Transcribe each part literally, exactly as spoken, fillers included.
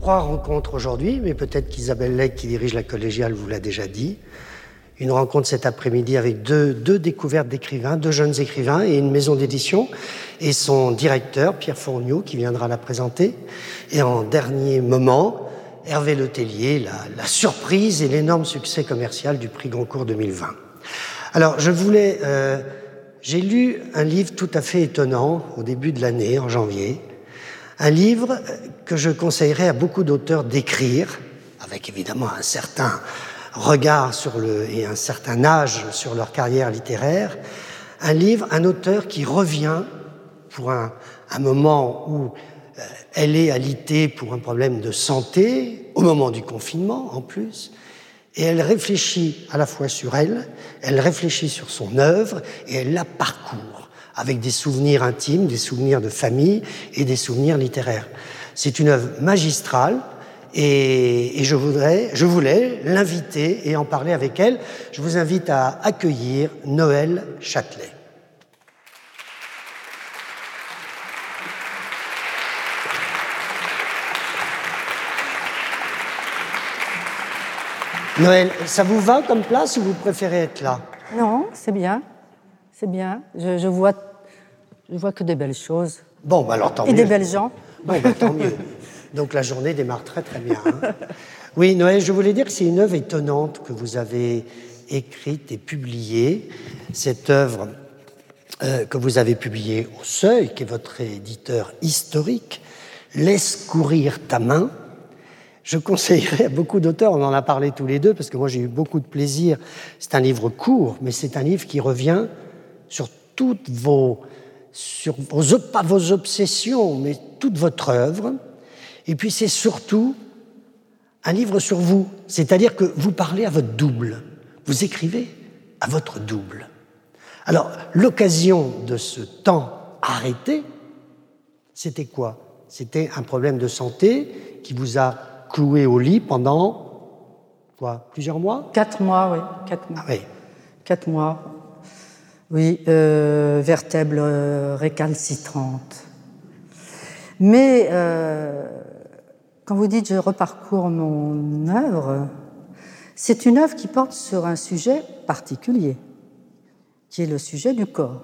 trois rencontres aujourd'hui, mais peut-être qu'Isabelle Legge, qui dirige la collégiale, vous l'a déjà dit. Une rencontre cet après-midi avec deux, deux découvertes d'écrivains, deux jeunes écrivains et une maison d'édition, et son directeur, Pierre Fourniot, qui viendra la présenter. Et en dernier moment, Hervé Letellier, la, la surprise et l'énorme succès commercial du prix Goncourt deux mille vingt. Alors, je voulais... Euh, j'ai lu un livre tout à fait étonnant au début de l'année, en janvier. Un livre que je conseillerais à beaucoup d'auteurs d'écrire, avec évidemment un certain regard sur le, et un certain âge sur leur carrière littéraire. Un livre, un auteur qui revient pour un, un moment où euh, elle est alitée pour un problème de santé, au moment du confinement en plus, et elle réfléchit à la fois sur elle, elle réfléchit sur son œuvre et elle la parcourt avec des souvenirs intimes, des souvenirs de famille et des souvenirs littéraires. C'est une œuvre magistrale et, et je, voudrais, je voulais l'inviter et en parler avec elle. Je vous invite à accueillir Noël Châtelet. Noël, ça vous va comme place ou vous préférez être là? Non, c'est bien. C'est bien. Je, je, vois, je vois que des belles choses. Bon, bah alors tant Et mieux. des belles gens. Bon, bah tant mieux. Donc la journée démarre très très bien. Hein. Oui, Noël, je voulais dire que c'est une œuvre étonnante que vous avez écrite et publiée. Cette œuvre euh, que vous avez publiée au Seuil, qui est votre éditeur historique, « Laisse courir ta main ». Je conseillerais à beaucoup d'auteurs, on en a parlé tous les deux, parce que moi j'ai eu beaucoup de plaisir. C'est un livre court, mais c'est un livre qui revient sur toutes vos, sur vos, pas vos obsessions, mais toute votre œuvre. Et puis c'est surtout un livre sur vous, c'est-à-dire que vous parlez à votre double, vous écrivez à votre double. Alors, l'occasion de ce temps arrêté, c'était quoi? C'était un problème de santé qui vous a cloué au lit pendant, quoi, plusieurs mois? Quatre mois, oui. Quatre mois. Ah oui. Quatre mois. Oui, euh, vertèbre euh, récalcitrante. Mais euh, quand vous dites « je reparcours mon œuvre », c'est une œuvre qui porte sur un sujet particulier, qui est le sujet du corps.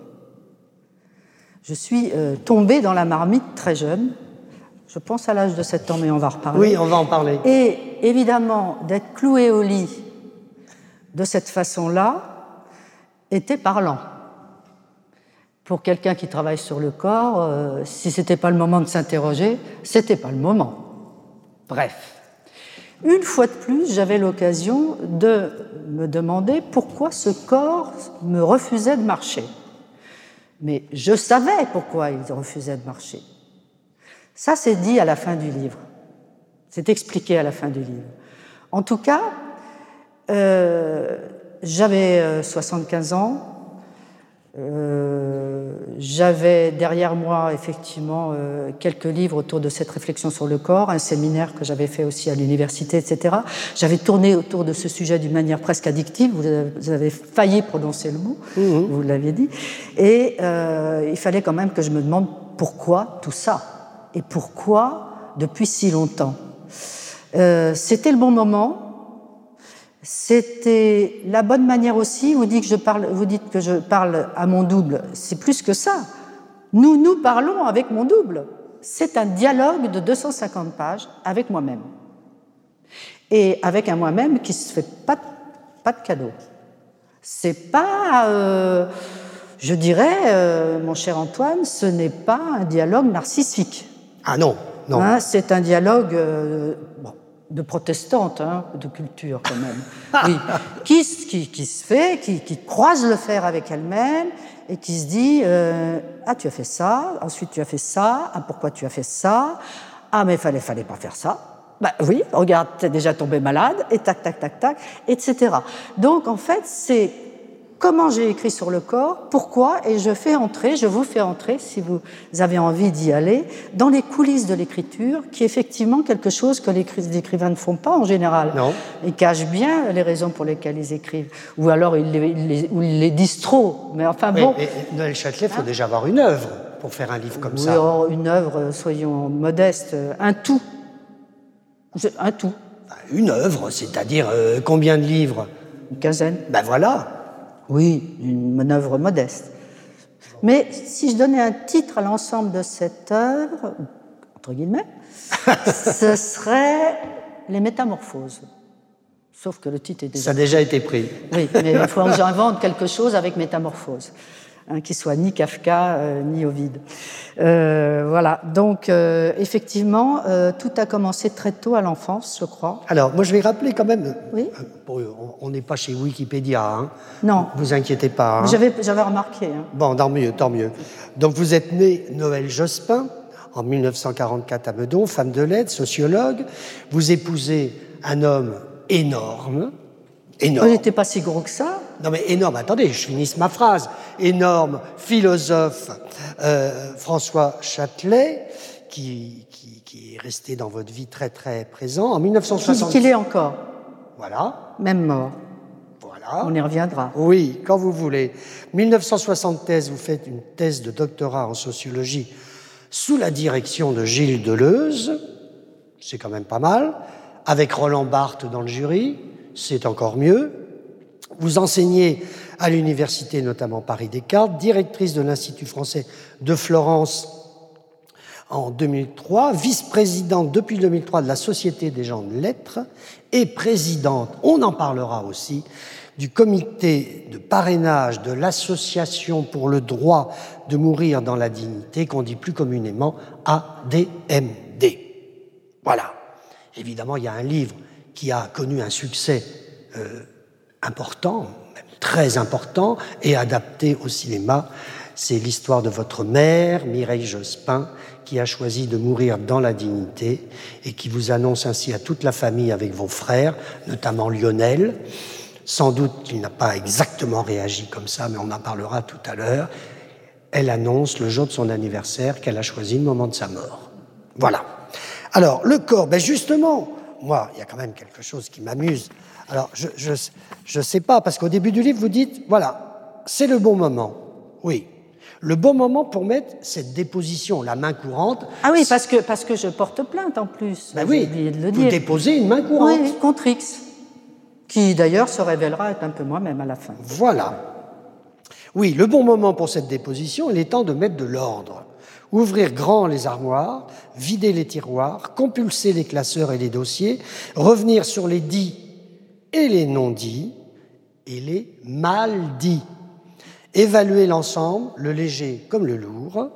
Je suis euh, tombée dans la marmite très jeune. Je pense à l'âge de sept ans, mais on va en reparler. Oui, on va en parler. Et évidemment, d'être cloué au lit de cette façon-là était parlant. Pour quelqu'un qui travaille sur le corps, euh, si ce n'était pas le moment de s'interroger, ce n'était pas le moment. Bref. Une fois de plus, j'avais l'occasion de me demander pourquoi ce corps me refusait de marcher. Mais je savais pourquoi il refusait de marcher. Ça, c'est dit à la fin du livre. C'est expliqué à la fin du livre. En tout cas, euh, j'avais euh, soixante-quinze ans. Euh, j'avais derrière moi, effectivement, euh, quelques livres autour de cette réflexion sur le corps, un séminaire que j'avais fait aussi à l'université, et cetera. J'avais tourné autour de ce sujet d'une manière presque addictive. Vous avez, vous avez failli prononcer le mot, mmh. Vous l'aviez dit. Et euh, il fallait quand même que je me demande pourquoi tout ça. Et pourquoi depuis si longtemps? euh, C'était le bon moment, c'était la bonne manière aussi. Vous dites que je parle, vous dites que je parle à mon double, c'est plus que ça. Nous, nous parlons avec mon double. C'est un dialogue de deux cent cinquante pages avec moi-même. Et avec un moi-même qui ne se fait pas, pas de cadeau. C'est pas... Euh, je dirais, euh, mon cher Antoine, ce n'est pas un dialogue narcissique. Ah non, non. Hein, c'est un dialogue euh, bon, de protestante, hein, de culture quand même. Oui, qui, qui, qui se fait, qui, qui croise le fer avec elle-même et qui se dit euh, « Ah, tu as fait ça, ensuite tu as fait ça, ah, pourquoi tu as fait ça? Ah, mais il fallait, fallait pas faire ça. Bah oui, regarde, t'es déjà tombé malade, et tac, tac, tac, tac, et cetera. Donc, en fait, c'est comment j'ai écrit sur le corps, pourquoi, et je fais entrer, je vous fais entrer, si vous avez envie d'y aller, dans les coulisses de l'écriture, qui est effectivement quelque chose que les écrivains ne font pas en général. Non. Ils cachent bien les raisons pour lesquelles ils écrivent, ou alors ils les, ils les, ou ils les disent trop, mais enfin bon... Mais, mais Noël Châtelet, il faut hein? déjà avoir une œuvre pour faire un livre comme oui, ça. Oh, une œuvre, soyons modestes, un tout. Je, un tout. Une œuvre, c'est-à-dire euh, combien de livres? Une quinzaine. Ben voilà. Oui, une œuvre modeste. Mais si je donnais un titre à l'ensemble de cette œuvre, entre guillemets, ce serait Les Métamorphoses. Sauf que le titre est déjà... Ça a déjà été pris. Oui, mais il faut que j'invente quelque chose avec Métamorphose, hein, qui soit ni Kafka, euh, ni Ovide. Euh, voilà, donc euh, effectivement, euh, tout a commencé très tôt à l'enfance, je crois. Alors, moi je vais rappeler quand même, oui euh, on n'est pas chez Wikipédia, hein. Non. Vous inquiétez pas. Hein. J'avais, j'avais remarqué. Hein. Bon, tant mieux, tant mieux. Donc vous êtes né Noël Jospin, en mille neuf cent quarante-quatre à Meudon, femme de lettres, sociologue. Vous épousez un homme énorme, énorme. Il n'était pas si gros que ça. Non mais énorme, attendez, je finisse ma phrase. Énorme philosophe euh, François Châtelet, qui, qui, qui est resté dans votre vie très très présent. En mille neuf cent soixante... Qu'il est encore. Voilà. Même mort. Voilà. On y reviendra. Oui, quand vous voulez. mille neuf cent soixante-treize, vous faites une thèse de doctorat en sociologie sous la direction de Gilles Deleuze. C'est quand même pas mal. Avec Roland Barthes dans le jury, c'est encore mieux. Vous enseignez à l'université, notamment Paris-Descartes, directrice de l'Institut français de Florence en deux mille trois, vice-présidente depuis deux mille trois de la Société des gens de lettres et présidente, on en parlera aussi, du comité de parrainage de l'Association pour le droit de mourir dans la dignité, qu'on dit plus communément A D M D. Voilà. Évidemment, il y a un livre qui a connu un succès euh, important, même très important, et adapté au cinéma. C'est l'histoire de votre mère, Mireille Jospin, qui a choisi de mourir dans la dignité et qui vous annonce ainsi à toute la famille avec vos frères, notamment Lionel. Sans doute qu'il n'a pas exactement réagi comme ça, mais on en parlera tout à l'heure. Elle annonce le jour de son anniversaire qu'elle a choisi le moment de sa mort. Voilà. Alors, le corps, ben justement, moi, il y a quand même quelque chose qui m'amuse. Alors, je je, je sais pas, parce qu'au début du livre, vous dites, voilà, c'est le bon moment. Oui. Le bon moment pour mettre cette déposition, la main courante. Ah oui, parce que, parce que je porte plainte en plus. Ben oui, oublié de le vous dire. déposez une main courante. Oui, contre X, qui d'ailleurs se révélera être un peu moi-même à la fin. Voilà. Oui, le bon moment pour cette déposition, il est temps de mettre de l'ordre. Ouvrir grand les armoires, vider les tiroirs, compulser les classeurs et les dossiers, revenir sur les dits et les non-dits et les mal dits. Évaluer l'ensemble, le léger comme le lourd,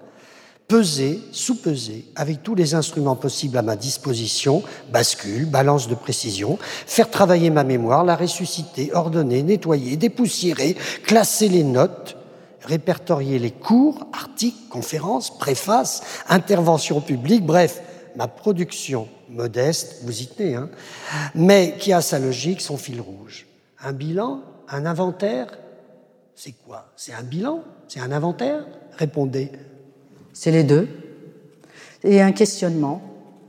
peser, sous-peser, avec tous les instruments possibles à ma disposition, bascule, balance de précision, faire travailler ma mémoire, la ressusciter, ordonner, nettoyer, dépoussiérer, classer les notes, répertorier les cours, articles, conférences, préfaces, interventions publiques, bref, ma production modeste, vous y tenez, hein, mais qui a sa logique, son fil rouge. Un bilan, un inventaire, c'est quoi? C'est un bilan? C'est un inventaire? Répondez. C'est les deux. Et un questionnement.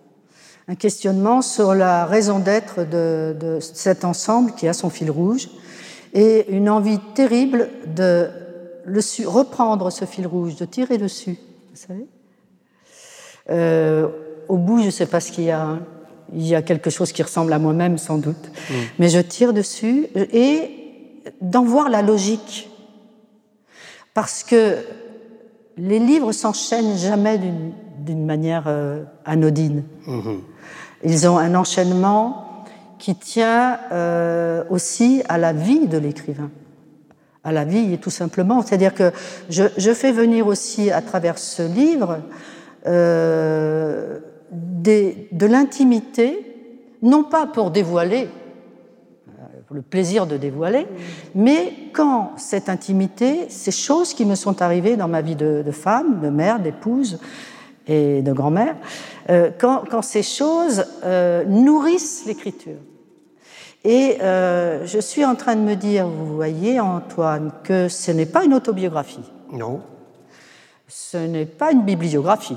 Un questionnement sur la raison d'être de, de cet ensemble qui a son fil rouge et une envie terrible de le su, reprendre ce fil rouge, de tirer dessus, vous savez. Euh, au bout, je ne sais pas ce qu'il y a. Hein. Il y a quelque chose qui ressemble à moi-même, sans doute. Mmh. Mais je tire dessus et d'en voir la logique. Parce que les livres s'enchaînent jamais d'une, d'une manière euh, anodine. Mmh. Ils ont un enchaînement qui tient euh, aussi à la vie de l'écrivain. À la vie, tout simplement. C'est-à-dire que je, je fais venir aussi, à travers ce livre, euh, des, de l'intimité, non pas pour dévoiler, pour le plaisir de dévoiler, mais quand cette intimité, ces choses qui me sont arrivées dans ma vie de, de femme, de mère, d'épouse et de grand-mère, euh, quand, quand ces choses euh, nourrissent l'écriture. Et euh, je suis en train de me dire, vous voyez, Antoine, que ce n'est pas une autobiographie. Non. Ce n'est pas une bibliographie.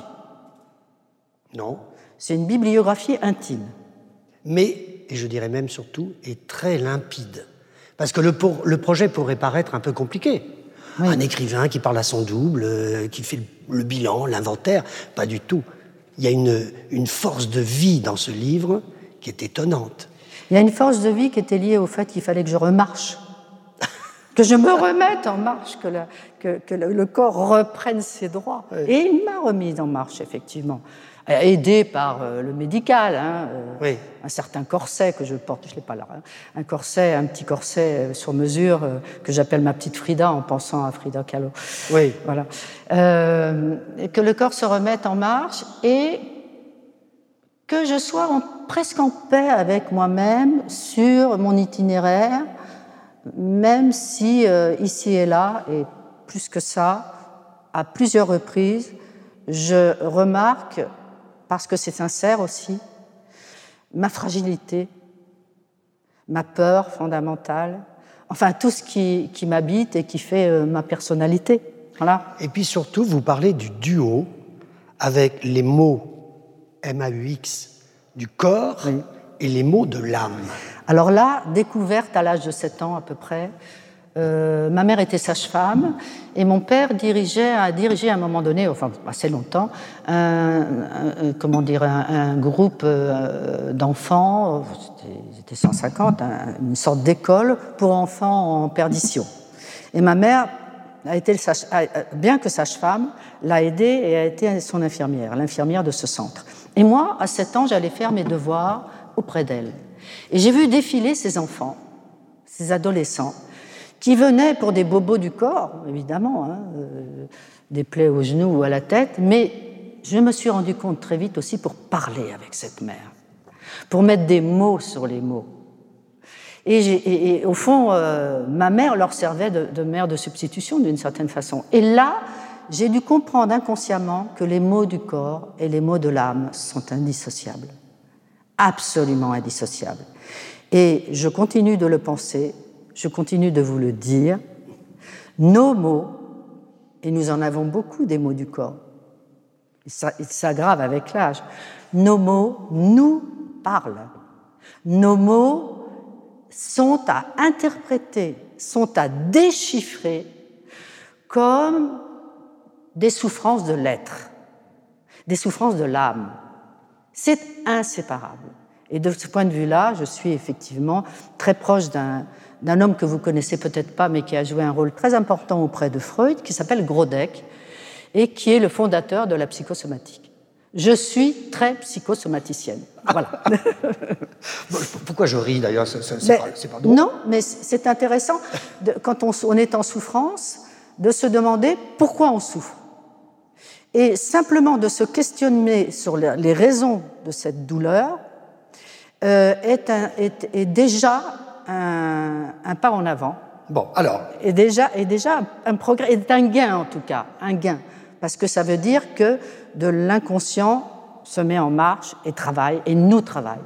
Non. C'est une bibliographie intime. Mais, et je dirais même surtout, est très limpide. Parce que le, pour, le projet pourrait paraître un peu compliqué. Oui. Un écrivain qui parle à son double, euh, qui fait le, le bilan, l'inventaire, pas du tout. Il y a une, une force de vie dans ce livre qui est étonnante. Il y a une force de vie qui était liée au fait qu'il fallait que je remarche, que je me remette en marche, que, la, que, que le corps reprenne ses droits. Oui. Et il m'a remise en marche, effectivement, aidé par euh, le médical, hein, euh, oui. un certain corset que je porte, je ne l'ai pas là, hein, un corset, un petit corset sur mesure euh, que j'appelle ma petite Frida en pensant à Frida Kahlo. Oui. Voilà. Euh, et que le corps se remette en marche et que je sois en, presque en paix avec moi-même sur mon itinéraire, même si euh, ici et là, et plus que ça, à plusieurs reprises, je remarque, parce que c'est sincère aussi, ma fragilité, ma peur fondamentale, enfin tout ce qui, qui m'habite et qui fait euh, ma personnalité. Voilà. Et puis surtout, vous parlez du duo avec les mots M A U X du corps oui. et les mots de l'âme. Alors là, découverte à l'âge de sept ans à peu près, euh, ma mère était sage-femme et mon père dirigeait, a dirigé à un moment donné, enfin assez longtemps, un, un, comment dire, un, un groupe euh, d'enfants, ils étaient cent cinquante, un, une sorte d'école pour enfants en perdition. Et ma mère, a été le sage, a, bien que sage-femme, l'a aidée et a été son infirmière, l'infirmière de ce centre. Et moi, à sept ans, j'allais faire mes devoirs auprès d'elle. Et j'ai vu défiler ces enfants, ces adolescents, qui venaient pour des bobos du corps, évidemment, hein, euh, des plaies aux genoux ou à la tête, mais je me suis rendu compte très vite aussi pour parler avec cette mère, pour mettre des mots sur les mots. Et, et, et au fond, euh, ma mère leur servait de, de mère de substitution d'une certaine façon. Et là, j'ai dû comprendre inconsciemment que les mots du corps et les mots de l'âme sont indissociables, absolument indissociables. Et je continue de le penser, je continue de vous le dire, nos mots, et nous en avons beaucoup des mots du corps, ça, il s'aggrave avec l'âge, nos mots nous parlent, nos mots sont à interpréter, sont à déchiffrer comme des souffrances de l'être, des souffrances de l'âme. C'est inséparable. Et de ce point de vue-là, je suis effectivement très proche d'un, d'un homme que vous connaissez peut-être pas, mais qui a joué un rôle très important auprès de Freud, qui s'appelle Grodek, et qui est le fondateur de la psychosomatique. Je suis très psychosomaticienne. Voilà. Pourquoi je ris d'ailleurs? C'est, c'est, c'est, pas, c'est pas drôle. Non, mais c'est intéressant, de, quand on, on est en souffrance, de se demander pourquoi on souffre. Et simplement de se questionner sur les raisons de cette douleur euh, est, un, est, est déjà un, un pas en avant. Bon, alors. Et déjà, est déjà un progrès, est un gain en tout cas, un gain. Parce que ça veut dire que de l'inconscient se met en marche et travaille, et nous travaille.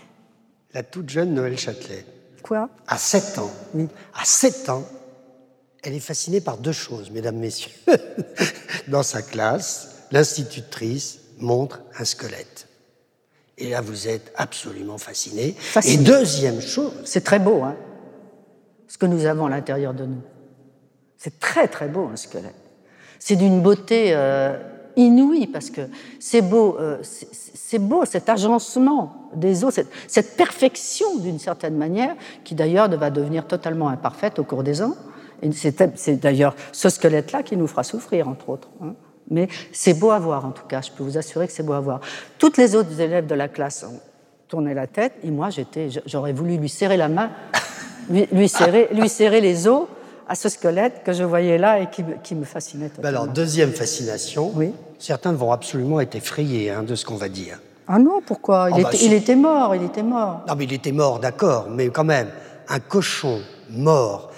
La toute jeune Noël Châtelet. Quoi? À sept ans. Oui. À sept ans, elle est fascinée par deux choses, mesdames, messieurs. Dans sa classe, l'institutrice montre un squelette. Et là, vous êtes absolument fascinés. Fasciné. Et deuxième chose... C'est très beau, hein, ce que nous avons à l'intérieur de nous. C'est très, très beau, un squelette. C'est d'une beauté euh, inouïe, parce que c'est beau, euh, c'est, c'est beau cet agencement des os, cette, cette perfection, d'une certaine manière, qui d'ailleurs va devenir totalement imparfaite au cours des ans. Et c'est, c'est d'ailleurs ce squelette-là qui nous fera souffrir, entre autres. Hein. Mais c'est beau à voir, en tout cas, je peux vous assurer que c'est beau à voir. Toutes les autres élèves de la classe ont tourné la tête, et moi, j'étais, j'aurais voulu lui serrer la main, lui, lui, serrer, lui serrer les os à ce squelette que je voyais là et qui, qui me fascinait totalement. Alors, deuxième fascination, oui. Certains vont absolument être effrayés hein, de ce qu'on va dire. Ah non, pourquoi il, oh était, bah, il était mort, il était mort. Non, mais il était mort, d'accord, mais quand même, un cochon mort,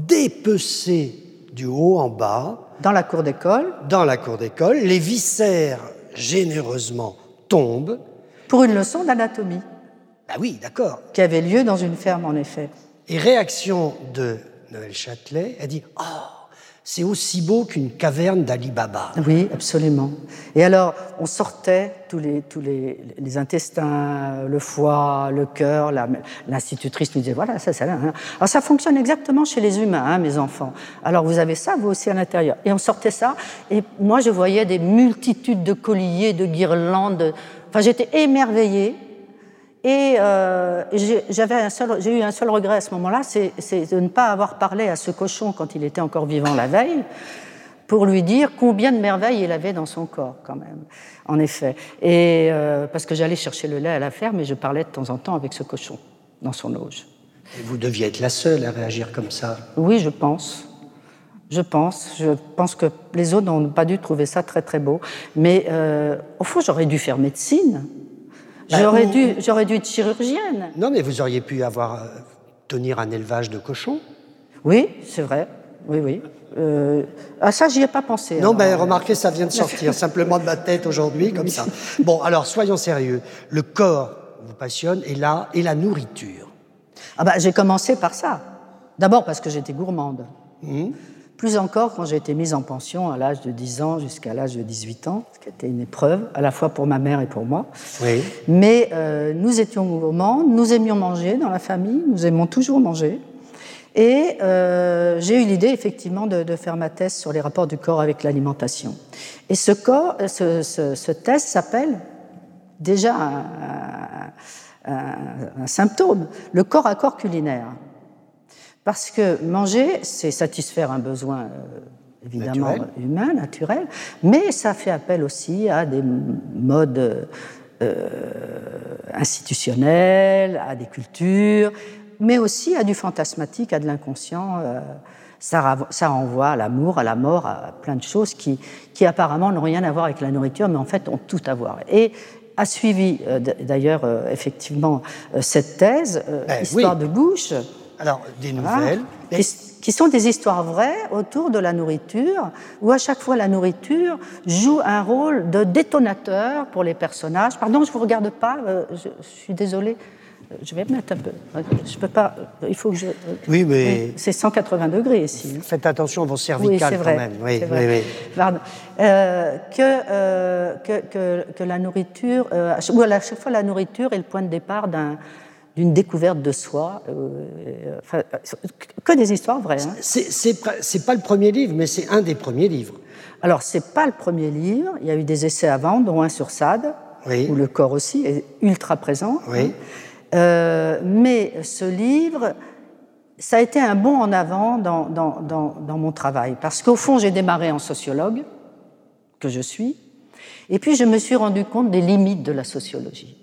dépecé du haut en bas. Dans la cour d'école. Dans la cour d'école, les viscères, généreusement, tombent. Pour une leçon d'anatomie. Ah oui, d'accord. Qui avait lieu dans une ferme, en effet. Et réaction de Noël Châtelet, elle dit « Oh, c'est aussi beau qu'une caverne d'Ali Baba. » Oui, absolument. Et alors, on sortait tous les, tous les, les intestins, le foie, le cœur. La, l'institutrice nous disait « Voilà, ça, ça, là. » Alors, ça fonctionne exactement chez les humains, hein, mes enfants. Alors, vous avez ça, vous aussi, à l'intérieur. Et on sortait ça, et moi, je voyais des multitudes de colliers, de guirlandes. Enfin, j'étais émerveillée. Et euh, j'ai, j'avais un seul, j'ai eu un seul regret à ce moment-là, c'est, c'est de ne pas avoir parlé à ce cochon quand il était encore vivant la veille, pour lui dire combien de merveilles il avait dans son corps, quand même, en effet. Et euh, parce que j'allais chercher le lait à la ferme et je parlais de temps en temps avec ce cochon dans son auge. Et vous deviez être la seule à réagir comme ça. Oui, je pense. Je pense. Je pense que les autres n'ont pas dû trouver ça très, très beau. Mais euh, au fond, j'aurais dû faire médecine. J'aurais, bah, dû, j'aurais dû être chirurgienne. Non, mais vous auriez pu avoir, euh, tenir un élevage de cochons. Oui, c'est vrai. Oui, oui. Euh, à ça, j'y ai pas pensé. Non, ben, remarquez, ça vient de sortir simplement de ma tête aujourd'hui, comme ça. Bon, alors, soyons sérieux. Le corps vous passionne, et là, et la nourriture. Ah ben, j'ai commencé par ça. D'abord parce que j'étais gourmande. Mmh. Plus encore quand j'ai été mise en pension à l'âge de dix ans jusqu'à l'âge de dix-huit ans, ce qui était une épreuve, à la fois pour ma mère et pour moi. Oui. Mais euh, nous étions gourmands, nous aimions manger dans la famille, nous aimons toujours manger. Et euh, j'ai eu l'idée, effectivement, de, de faire ma thèse sur les rapports du corps avec l'alimentation. Et ce, corps, ce, ce, ce thèse s'appelle déjà un, un, un symptôme, le corps à corps culinaire. Parce que manger, c'est satisfaire un besoin euh, évidemment naturel. humain, naturel, mais ça fait appel aussi à des modes euh, institutionnels, à des cultures, mais aussi à du fantasmatique, à de l'inconscient. Euh, ça, ça renvoie à l'amour, à la mort, à plein de choses qui, qui apparemment n'ont rien à voir avec la nourriture, mais en fait ont tout à voir. Et a suivi euh, d'ailleurs euh, effectivement euh, cette thèse, euh, eh, Histoire oui. de bouche. Alors, des nouvelles. Ah, qui, qui sont des histoires vraies autour de la nourriture, où à chaque fois la nourriture joue un rôle de détonateur pour les personnages. Pardon, je ne vous regarde pas, euh, je, je suis désolée. Je vais me mettre un peu. Je peux pas. Il faut que je. Oui, mais. C'est cent quatre-vingts degrés ici. Faites attention à vos cervicales, oui, quand même. Oui, c'est vrai. oui, oui. Pardon. Euh, que, euh, que, que, que la nourriture. Euh, ou à chaque fois, la nourriture est le point de départ d'un. d'une découverte de soi, euh, enfin, que des histoires vraies. Hein. C'est, c'est, pas, c'est pas le premier livre, mais c'est un des premiers livres. Alors, c'est pas le premier livre, il y a eu des essais avant, dont un sur Sade, oui. où le corps aussi est ultra présent. Oui. Hein. Euh, mais ce livre, ça a été un bond en avant dans, dans, dans, dans mon travail, parce qu'au fond, j'ai démarré en sociologue, que je suis, et puis je me suis rendu compte des limites de la sociologie.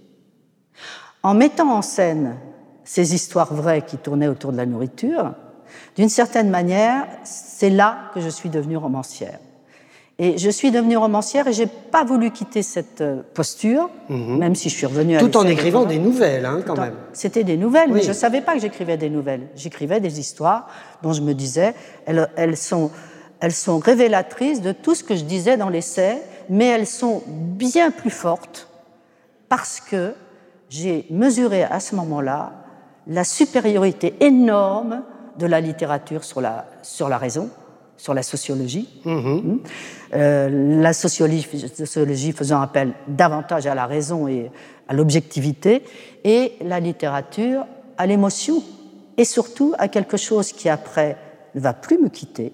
En mettant en scène ces histoires vraies qui tournaient autour de la nourriture, d'une certaine manière, c'est là que je suis devenue romancière. Et je suis devenue romancière et je n'ai pas voulu quitter cette posture, mmh. même si je suis revenue à Tout en écrivant des nouvelles, hein, quand en... même. C'était des nouvelles, oui. mais je ne savais pas que j'écrivais des nouvelles. J'écrivais des histoires dont je me disais, elles, elles, sont, elles sont révélatrices de tout ce que je disais dans l'essai, mais elles sont bien plus fortes parce que j'ai mesuré à ce moment-là la supériorité énorme de la littérature sur la, sur la raison, sur la sociologie. Mmh. Euh, la sociologie, sociologie faisant appel davantage à la raison et à l'objectivité, et la littérature à l'émotion, et surtout à quelque chose qui après ne va plus me quitter,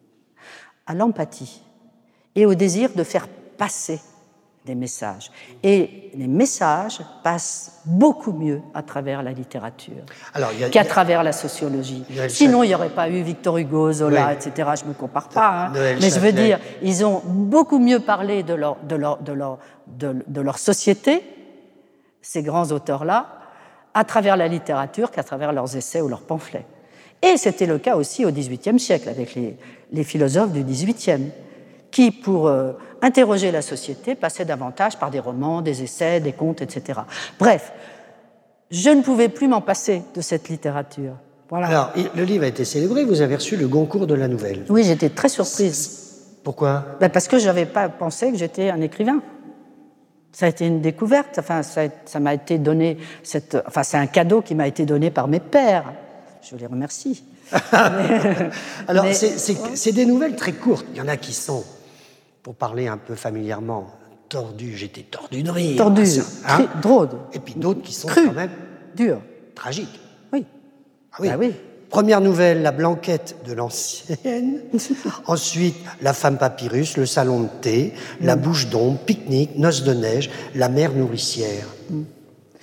à l'empathie et au désir de faire passer des messages. Et les messages passent beaucoup mieux à travers la littérature Alors, a, qu'à a, travers la sociologie. Sinon, il n'y aurait pas eu Victor Hugo, Zola, oui. et cetera. Je ne me compare pas. Hein. Mais je veux dire, ils ont beaucoup mieux parlé de leur, de leur, de leur, de, de leur société, ces grands auteurs-là, à travers la littérature qu'à travers leurs essais ou leurs pamphlets. Et c'était le cas aussi au dix-huitième siècle, avec les, les philosophes du dix-huitième, qui, pour euh, interroger la société, passaient davantage par des romans, des essais, des contes, et cetera. Bref, je ne pouvais plus m'en passer de cette littérature. Voilà. Alors, le livre a été célébré, vous avez reçu le Goncourt de la Nouvelle. Oui, j'étais très surprise. Pourquoi ? Ben parce que je n'avais pas pensé que j'étais un écrivain. Ça a été une découverte, enfin, ça, ça m'a été donné, cette, enfin, c'est un cadeau qui m'a été donné par mes pères. Je les remercie. mais, Alors, mais, c'est, c'est, ouais. c'est des nouvelles très courtes. Il y en a qui sont, pour parler un peu familièrement, tordues. J'étais tordu de rire. Tordu, hein, drôle. Et puis d'autres qui sont Cru, quand même dur, tragiques. Oui. Ah oui. Bah oui. Première nouvelle, la Blanquette de l'ancienne. Ensuite, la femme papyrus, le salon de thé, mm. la bouche d'ombre, pique-nique, noces de neige, la mère nourricière. Mm.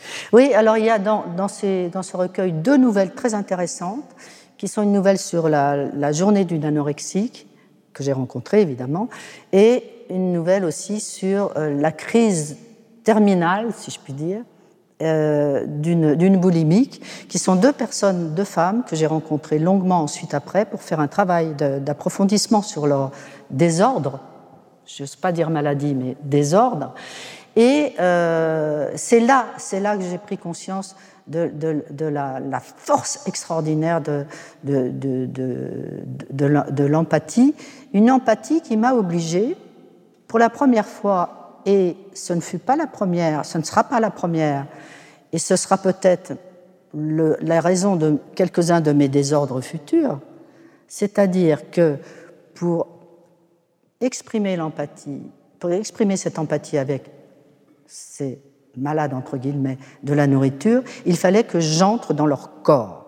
Oui, alors il y a dans, dans, ces, dans ce recueil deux nouvelles très intéressantes, qui sont une nouvelle sur la, la journée d'une anorexique, que j'ai rencontrée évidemment, et une nouvelle aussi sur euh, la crise terminale, si je puis dire, euh, d'une, d'une boulimique, qui sont deux personnes, deux femmes que j'ai rencontrées longuement ensuite après pour faire un travail de, d'approfondissement sur leur désordre, je n'ose pas dire maladie, mais désordre. Et euh, c'est là, c'est là que j'ai pris conscience de, de, de la, la force extraordinaire de, de, de, de, de, de l'empathie, une empathie qui m'a obligée, pour la première fois, et ce ne fut pas la première, ce ne sera pas la première, et ce sera peut-être le, la raison de quelques-uns de mes désordres futurs, c'est-à-dire que pour exprimer l'empathie, pour exprimer cette empathie avec ces malades, entre guillemets, de la nourriture, il fallait que j'entre dans leur corps.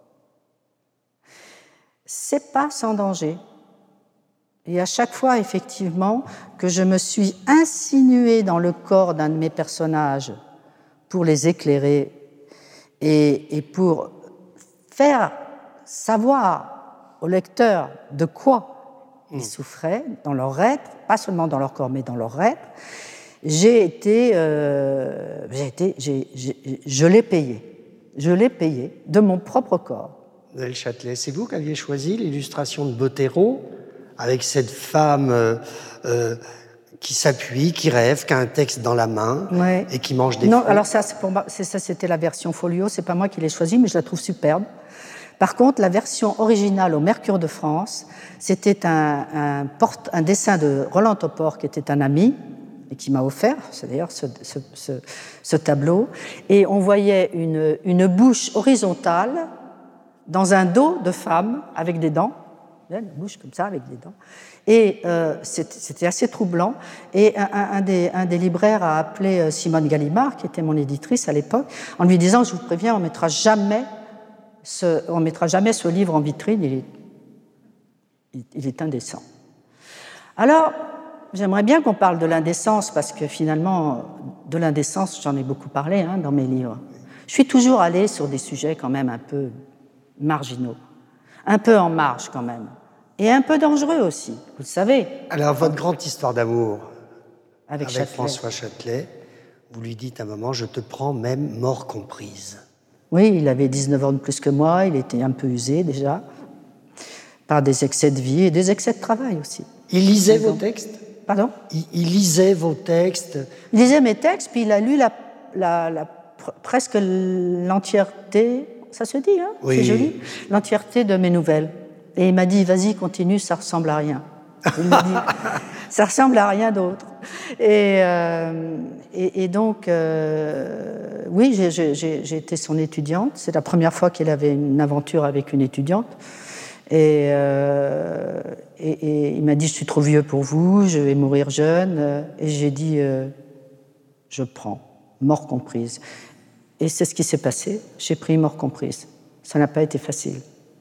C'est pas sans danger. Et à chaque fois, effectivement, que je me suis insinuée dans le corps d'un de mes personnages pour les éclairer et, et pour faire savoir au lecteur de quoi ils souffraient dans leur être, pas seulement dans leur corps, mais dans leur être, j'ai été, euh, j'ai été j'ai, j'ai, je l'ai payé. Je l'ai payé de mon propre corps. Noël Châtelet, c'est vous qui aviez choisi l'illustration de Bottero avec cette femme euh, euh, qui s'appuie, qui rêve, qui a un texte dans la main ouais. et qui mange des non, fruits. Alors ça, c'est pour moi, c'est, ça, c'était la version folio. C'est pas moi qui l'ai choisie, mais je la trouve superbe. Par contre, la version originale au Mercure de France, c'était un, un, porte, un dessin de Roland Topor, qui était un ami, et qui m'a offert, c'est d'ailleurs ce, ce, ce, ce tableau, et on voyait une, une bouche horizontale dans un dos de femme avec des dents, une bouche comme ça avec des dents, et euh, c'était, c'était assez troublant, et un, un, des, un des libraires a appelé Simone Gallimard, qui était mon éditrice à l'époque, en lui disant, je vous préviens, on ne mettra jamais ce, on mettra jamais ce livre en vitrine, il est, il, il est indécent. Alors, j'aimerais bien qu'on parle de l'indécence, parce que finalement, de l'indécence, j'en ai beaucoup parlé hein, dans mes livres. Je suis toujours allée sur des sujets quand même un peu marginaux, un peu en marge quand même, et un peu dangereux aussi, vous le savez. Alors, votre grande histoire d'amour avec, avec François Châtelet, vous lui dites à un moment, je te prends même mort comprise. Oui, il avait dix-neuf ans de plus que moi, il était un peu usé déjà, par des excès de vie et des excès de travail aussi. Il lisait vos textes ? Pardon ? il, il lisait vos textes. Il lisait mes textes, puis il a lu la, la, la, presque l'entièreté, ça se dit, hein ? Oui. C'est joli, l'entièreté de mes nouvelles. Et il m'a dit, vas-y, continue, ça ressemble à rien. Il m'a dit, ça ressemble à rien d'autre. Et, euh, et, et donc, euh, oui, j'ai, j'ai, j'ai été son étudiante. C'est la première fois qu'il avait une aventure avec une étudiante. Et, euh, et, et il m'a dit, je suis trop vieux pour vous, je vais mourir jeune. Et j'ai dit, euh, je prends, mort comprise. Et c'est ce qui s'est passé, j'ai pris mort comprise. Ça n'a pas été facile.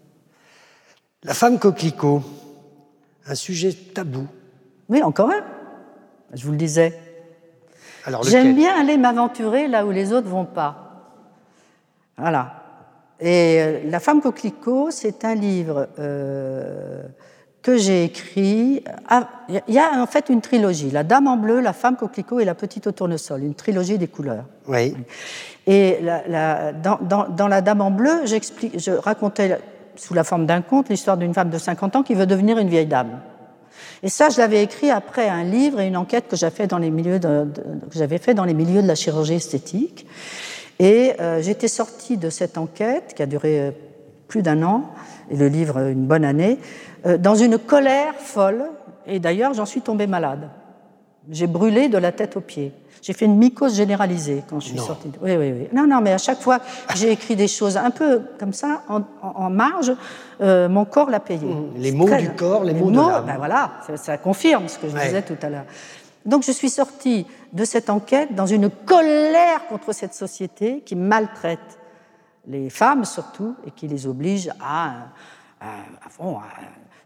La femme coquelicot, un sujet tabou. Oui, encore un, je vous le disais. Alors, j'aime bien aller m'aventurer là où les autres ne vont pas. Voilà. Et La femme coquelicot, c'est un livre euh, que j'ai écrit. Il y a en fait une trilogie, La Dame en bleu, La femme coquelicot et La petite au tournesol, une trilogie des couleurs. Oui. Et la, la, dans, dans, dans La Dame en bleu, j'explique, je racontais sous la forme d'un conte l'histoire d'une femme de cinquante ans qui veut devenir une vieille dame. Et ça, je l'avais écrit après un livre et une enquête que j'avais fait dans les milieux de, de, que j'avais fait dans les milieux de la chirurgie esthétique. Et euh, j'étais sortie de cette enquête, qui a duré euh, plus d'un an, et le livre euh, une bonne année, euh, dans une colère folle. Et d'ailleurs, j'en suis tombée malade. J'ai brûlé de la tête aux pieds. J'ai fait une mycose généralisée quand je suis non. sortie. De... Oui, oui, oui. Non, non, mais à chaque fois que j'ai écrit des choses un peu comme ça, en, en marge, euh, mon corps l'a payé. Les mots très... du corps, les, les mots, mots de l'âme. Ben voilà, ça, ça confirme ce que je ouais. disais tout à l'heure. Donc je suis sortie de cette enquête dans une colère contre cette société qui maltraite les femmes surtout et qui les oblige à, à, à, à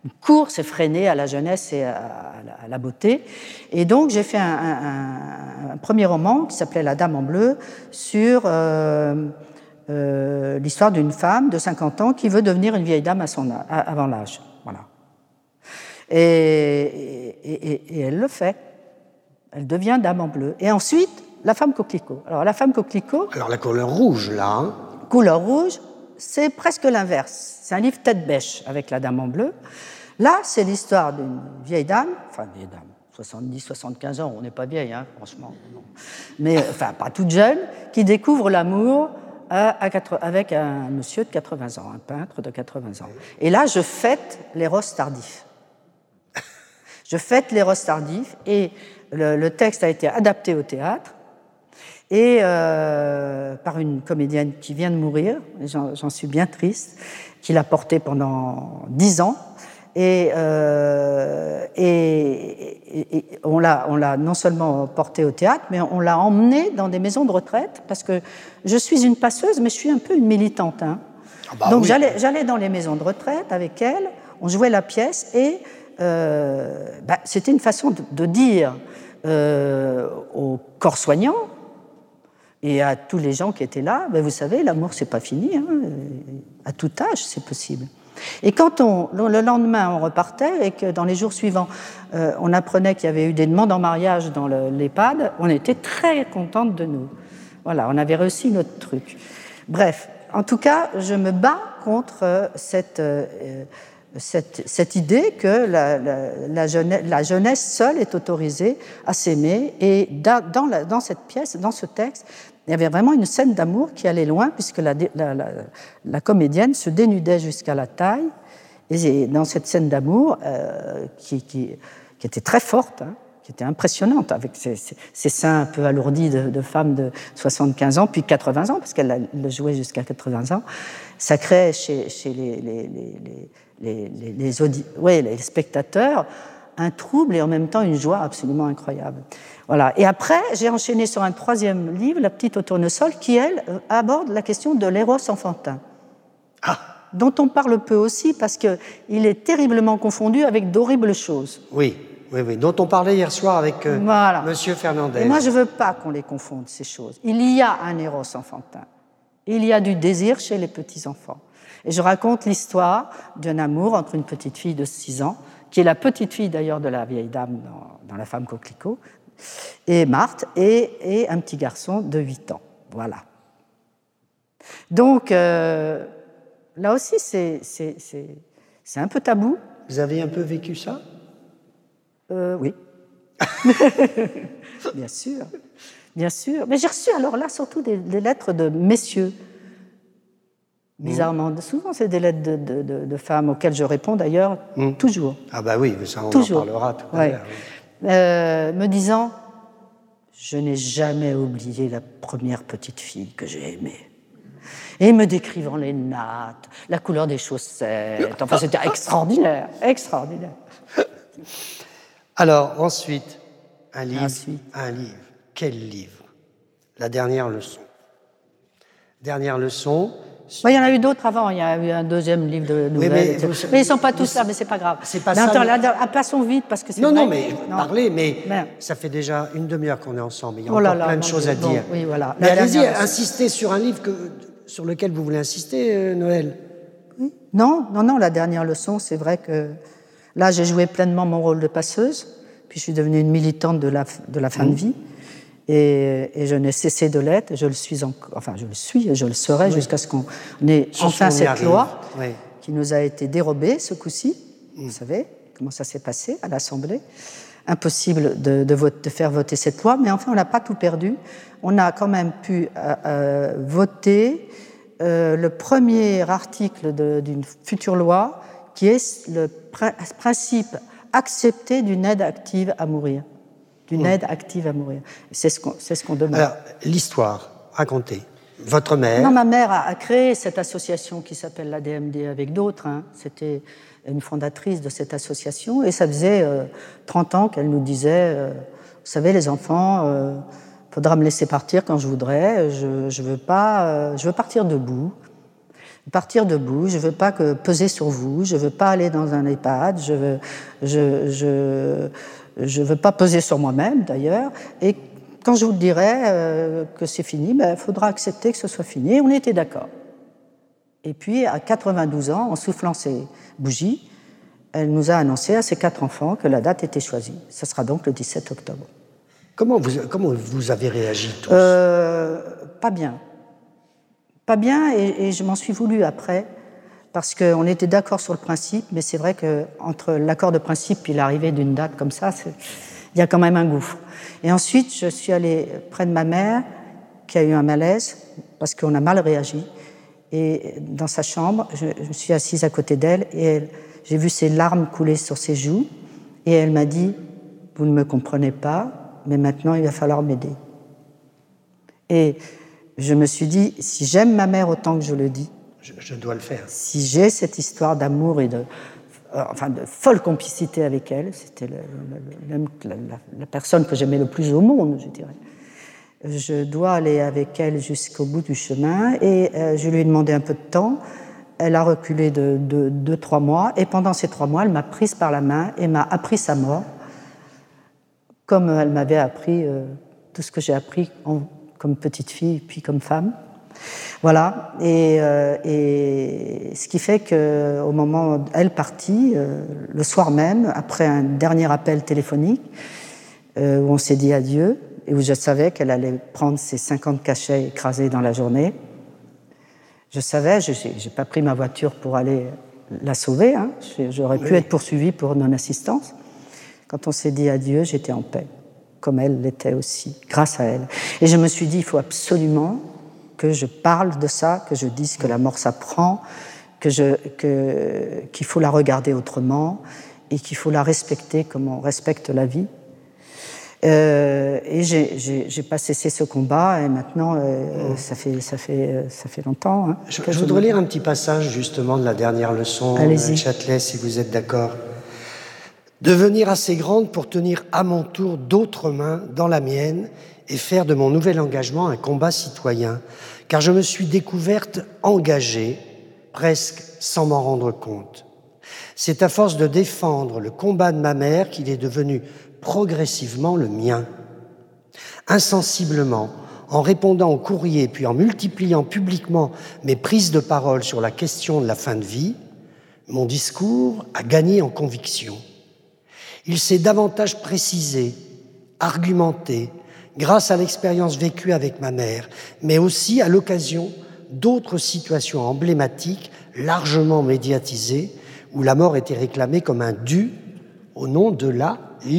une course effrénée à la jeunesse et à, à, la, à la beauté. Et donc, j'ai fait un, un, un premier roman qui s'appelait La Dame en bleu sur euh, euh, l'histoire d'une femme de cinquante ans qui veut devenir une vieille dame à son, à, avant l'âge. Voilà. Et, et, et, et elle le fait. Elle devient Dame en bleu. Et ensuite, La femme coquelicot. Alors, La femme coquelicot... Alors, la couleur rouge, là. Hein. Couleur rouge, c'est presque l'inverse. C'est un livre tête bêche avec La Dame en bleu. Là, c'est l'histoire d'une vieille dame, enfin, vieille dame, soixante-dix, soixante-quinze ans, on n'est pas vieille, hein, franchement. Non. Mais, enfin, pas toute jeune, qui découvre l'amour à, à quatre, avec un monsieur de quatre-vingts ans, un peintre de quatre-vingts ans. Et là, je fête l'éros tardif. Je fête l'éros tardif, et le, le texte a été adapté au théâtre, et euh, par une comédienne qui vient de mourir, j'en, j'en suis bien triste, qui l'a porté pendant dix ans, et, euh, et, et, et on, l'a, on l'a non seulement porté au théâtre, mais on l'a emmené dans des maisons de retraite, parce que je suis une passeuse, mais je suis un peu une militante. Hein. Ah bah Donc oui. j'allais, j'allais dans les maisons de retraite avec elle, on jouait la pièce, et euh, bah, c'était une façon de, de dire euh, aux corps soignants, et à tous les gens qui étaient là, ben vous savez, l'amour, c'est pas fini. Hein. À tout âge, c'est possible. Et quand on, le lendemain, on repartait et que dans les jours suivants, euh, on apprenait qu'il y avait eu des demandes en mariage dans le, l'EHPAD, on était très contente de nous. Voilà, on avait réussi notre truc. Bref, en tout cas, je me bats contre cette, euh, cette, cette idée que la, la, la, jeunesse, la jeunesse seule est autorisée à s'aimer. Et dans, dans, la, dans cette pièce, dans ce texte, il y avait vraiment une scène d'amour qui allait loin, puisque la, la, la, la comédienne se dénudait jusqu'à la taille. Et dans cette scène d'amour, euh, qui, qui, qui était très forte, hein, qui était impressionnante, avec ses, ses, ses seins un peu alourdis de, de femmes de soixante-quinze ans, puis quatre-vingts ans, parce qu'elle le jouait jusqu'à quatre-vingts ans, ça créait chez, chez les, les, les, les, les, les, audi- ouais, les spectateurs un trouble et en même temps une joie absolument incroyable. Voilà. Et après, j'ai enchaîné sur un troisième livre, La petite au tournesol, qui, elle, aborde la question de l'éros enfantin, ah. dont on parle peu aussi parce qu'il est terriblement confondu avec d'horribles choses. Oui, oui, oui, dont on parlait hier soir avec euh, voilà. Monsieur Fernandez. Et moi, je ne veux pas qu'on les confonde, ces choses. Il y a un éros enfantin. Il y a du désir chez les petits-enfants. Et je raconte l'histoire d'un amour entre une petite fille de six ans, qui est la petite fille d'ailleurs de la vieille dame dans, dans La femme coquelicot, et Marthe, et, et un petit garçon de huit ans. Voilà. Donc, euh, là aussi, c'est, c'est, c'est, c'est un peu tabou. Vous avez un peu vécu ça ? euh, Oui. Bien sûr. Bien sûr. Mais j'ai reçu alors là surtout des, des lettres de messieurs. Bizarrement, mmh. souvent c'est des lettres de, de, de, de femmes auxquelles je réponds d'ailleurs mmh. toujours. Ah bah oui, ça on toujours. en parlera tout à ouais. l'heure. Oui. Euh, me disant, je n'ai jamais oublié la première petite fille que j'ai aimée. Et me décrivant les nattes, la couleur des chaussettes. Enfin, c'était extraordinaire, extraordinaire. Alors ensuite, un livre, ensuite. un livre. Quel livre ? La dernière leçon. Dernière leçon. Bon, il y en a eu d'autres avant, il y a eu un deuxième livre de nouvelles. Oui, mais, vous, mais ils ne sont pas tous là, mais ce n'est pas grave. C'est pas mais ça. Attends, mais... là, là, passons vite parce que c'est Non, vrai. non, mais non. parlez, mais, mais ça fait déjà une demi-heure qu'on est ensemble. Il y a oh encore là plein là, de non, choses à bon, dire. Oui, voilà. Mais allez-y, insistez sur un livre que, sur lequel vous voulez insister, euh, Noël. Oui. Non, non, non, la dernière leçon, c'est vrai que là, j'ai joué pleinement mon rôle de passeuse, puis je suis devenue une militante de la, de la fin mmh. de vie. Et, et je n'ai cessé de l'être, et je le suis encore, enfin je le suis et je le serai oui. jusqu'à ce qu'on ait Sur enfin cette arrive. loi oui. qui nous a été dérobée ce coup-ci. Mm. Vous savez comment ça s'est passé à l'Assemblée. Impossible de, de, vote, de faire voter cette loi, mais enfin on n'a pas tout perdu. On a quand même pu euh, euh, voter euh, le premier article de, d'une future loi qui est le pr- principe accepté d'une aide active à mourir. D'une mmh. aide active à mourir. C'est ce qu'on, c'est ce qu'on demande. Alors, l'histoire, racontez. Votre mère... Non, ma mère a, a créé cette association qui s'appelle l'A D M D avec d'autres. Hein. C'était une fondatrice de cette association et ça faisait euh, trente ans qu'elle nous disait euh, « Vous savez, les enfants, il euh, faudra me laisser partir quand je voudrais. Je, je veux pas, euh, je veux partir debout. partir debout, je ne veux pas que peser sur vous, je ne veux pas aller dans un EHPAD, je veux, je, je, je veux pas peser sur moi-même d'ailleurs, et quand je vous dirai euh, que c'est fini, il ben, faudra accepter que ce soit fini, et on était d'accord. Et puis, à quatre-vingt-douze ans, en soufflant ses bougies, elle nous a annoncé à ses quatre enfants que la date était choisie. Ce sera donc le dix-sept octobre. Comment vous, comment vous avez réagi tous ? euh, Pas bien. Pas bien, et, et je m'en suis voulu après, parce qu'on était d'accord sur le principe, mais c'est vrai qu'entre l'accord de principe et l'arrivée d'une date comme ça, il y a quand même un gouffre. Et ensuite, je suis allée près de ma mère, qui a eu un malaise, parce qu'on a mal réagi, et dans sa chambre, je, je me suis assise à côté d'elle, et elle, j'ai vu ses larmes couler sur ses joues, et elle m'a dit « Vous ne me comprenez pas, mais maintenant il va falloir m'aider. » Et je me suis dit, si j'aime ma mère autant que je le dis, je, je dois le faire. Si j'ai cette histoire d'amour et de, euh, enfin, de folle complicité avec elle, c'était le, le, le, la, la personne que j'aimais le plus au monde, je dirais. Je dois aller avec elle jusqu'au bout du chemin et euh, je lui ai demandé un peu de temps. Elle a reculé de deux, de, trois mois et pendant ces trois mois, elle m'a prise par la main et m'a appris sa mort, comme elle m'avait appris euh, tout ce que j'ai appris en comme petite fille, puis comme femme. Voilà. Et, euh, et ce qui fait qu'au moment où elle partit, euh, le soir même, après un dernier appel téléphonique, euh, où on s'est dit adieu, et où je savais qu'elle allait prendre ses cinquante cachets écrasés dans la journée, je savais, je n'ai pas pris ma voiture pour aller la sauver, hein, j'aurais pu oui. être poursuivie pour non-assistance. Quand on s'est dit adieu, j'étais en paix, comme elle l'était aussi, grâce à elle. Et je me suis dit, il faut absolument que je parle de ça, que je dise que la mort s'apprend, que je, que, qu'il faut la regarder autrement et qu'il faut la respecter comme on respecte la vie. Euh, et j'ai, j'ai, j'ai pas cessé ce combat et maintenant, euh, mmh. ça, fait, ça, fait, ça fait longtemps. Hein, je, je voudrais me... lire un petit passage justement de la dernière leçon, Allez-y. Châtelet, si vous êtes d'accord. Devenir assez grande pour tenir à mon tour d'autres mains dans la mienne et faire de mon nouvel engagement un combat citoyen, car je me suis découverte engagée, presque sans m'en rendre compte. C'est à force de défendre le combat de ma mère qu'il est devenu progressivement le mien. Insensiblement, en répondant aux courriers puis en multipliant publiquement mes prises de parole sur la question de la fin de vie, mon discours a gagné en conviction. Il s'est davantage précisé, argumenté, grâce à l'expérience vécue avec ma mère, mais aussi à l'occasion d'autres situations emblématiques largement médiatisées où la mort était réclamée comme un dû au nom de la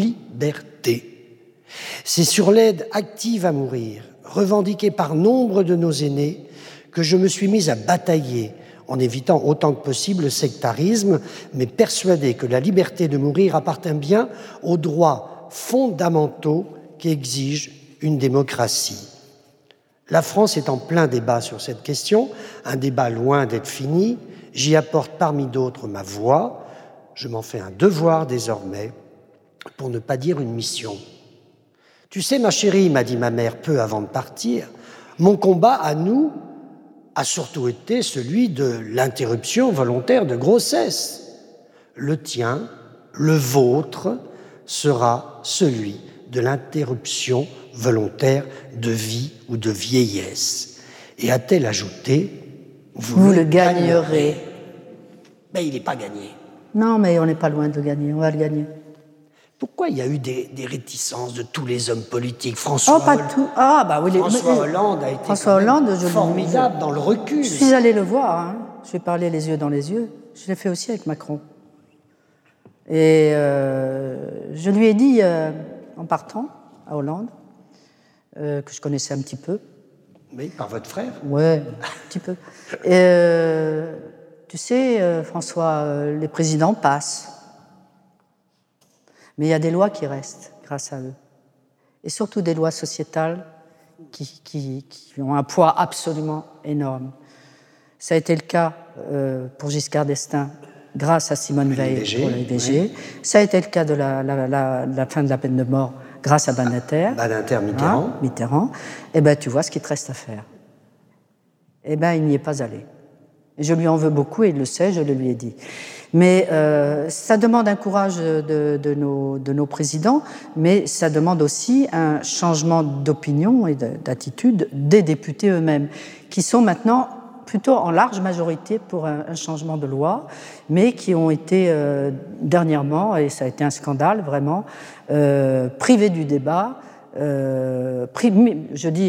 liberté. C'est sur l'aide active à mourir, revendiquée par nombre de nos aînés, que je me suis mise à batailler en évitant autant que possible le sectarisme, mais persuadé que la liberté de mourir appartient bien aux droits fondamentaux qu'exige une démocratie. La France est en plein débat sur cette question, un débat loin d'être fini. J'y apporte parmi d'autres ma voix. Je m'en fais un devoir désormais, pour ne pas dire une mission. Tu sais, ma chérie, m'a dit ma mère peu avant de partir, mon combat à nous a surtout été celui de l'interruption volontaire de grossesse. Le tien, le vôtre, sera celui de l'interruption volontaire de vie ou de vieillesse. Et a-t-elle ajouté, vous, vous le gagnerez. Mais il n'est pas gagné. Non, mais on n'est pas loin de le gagner, on va le gagner. Pourquoi il y a eu des, des réticences de tous les hommes politiques? François, oh, pas Hollande, tout. Ah, bah, oui, les, François mais, Hollande a été François Hollande, je formidable je, dans le recul. Je suis allée le voir, hein. Je lui ai parlé les yeux dans les yeux. Je l'ai fait aussi avec Macron. Et euh, je lui ai dit, euh, en partant à Hollande, euh, que je connaissais un petit peu. Mais par votre frère? Ouais, un petit peu. Et, euh, tu sais, euh, François, euh, les présidents passent. Mais il y a des lois qui restent grâce à eux. Et surtout des lois sociétales qui, qui, qui ont un poids absolument énorme. Ça a été le cas euh, pour Giscard d'Estaing grâce à Simone Veil pour l'I V G. Oui. Ça a été le cas de la, la, la, la fin de la peine de mort grâce à Badinter. Badinter, Mitterrand. Hein, Mitterrand. Eh bien, tu vois ce qu'il te reste à faire. Eh bien, il n'y est pas allé. Et je lui en veux beaucoup, et il le sait, je le lui ai dit. Mais euh, ça demande un courage de, de, nos, de nos présidents, mais ça demande aussi un changement d'opinion et d'attitude des députés eux-mêmes, qui sont maintenant plutôt en large majorité pour un, un changement de loi, mais qui ont été euh, dernièrement, et ça a été un scandale vraiment, euh, privés du débat, euh, pri- je dis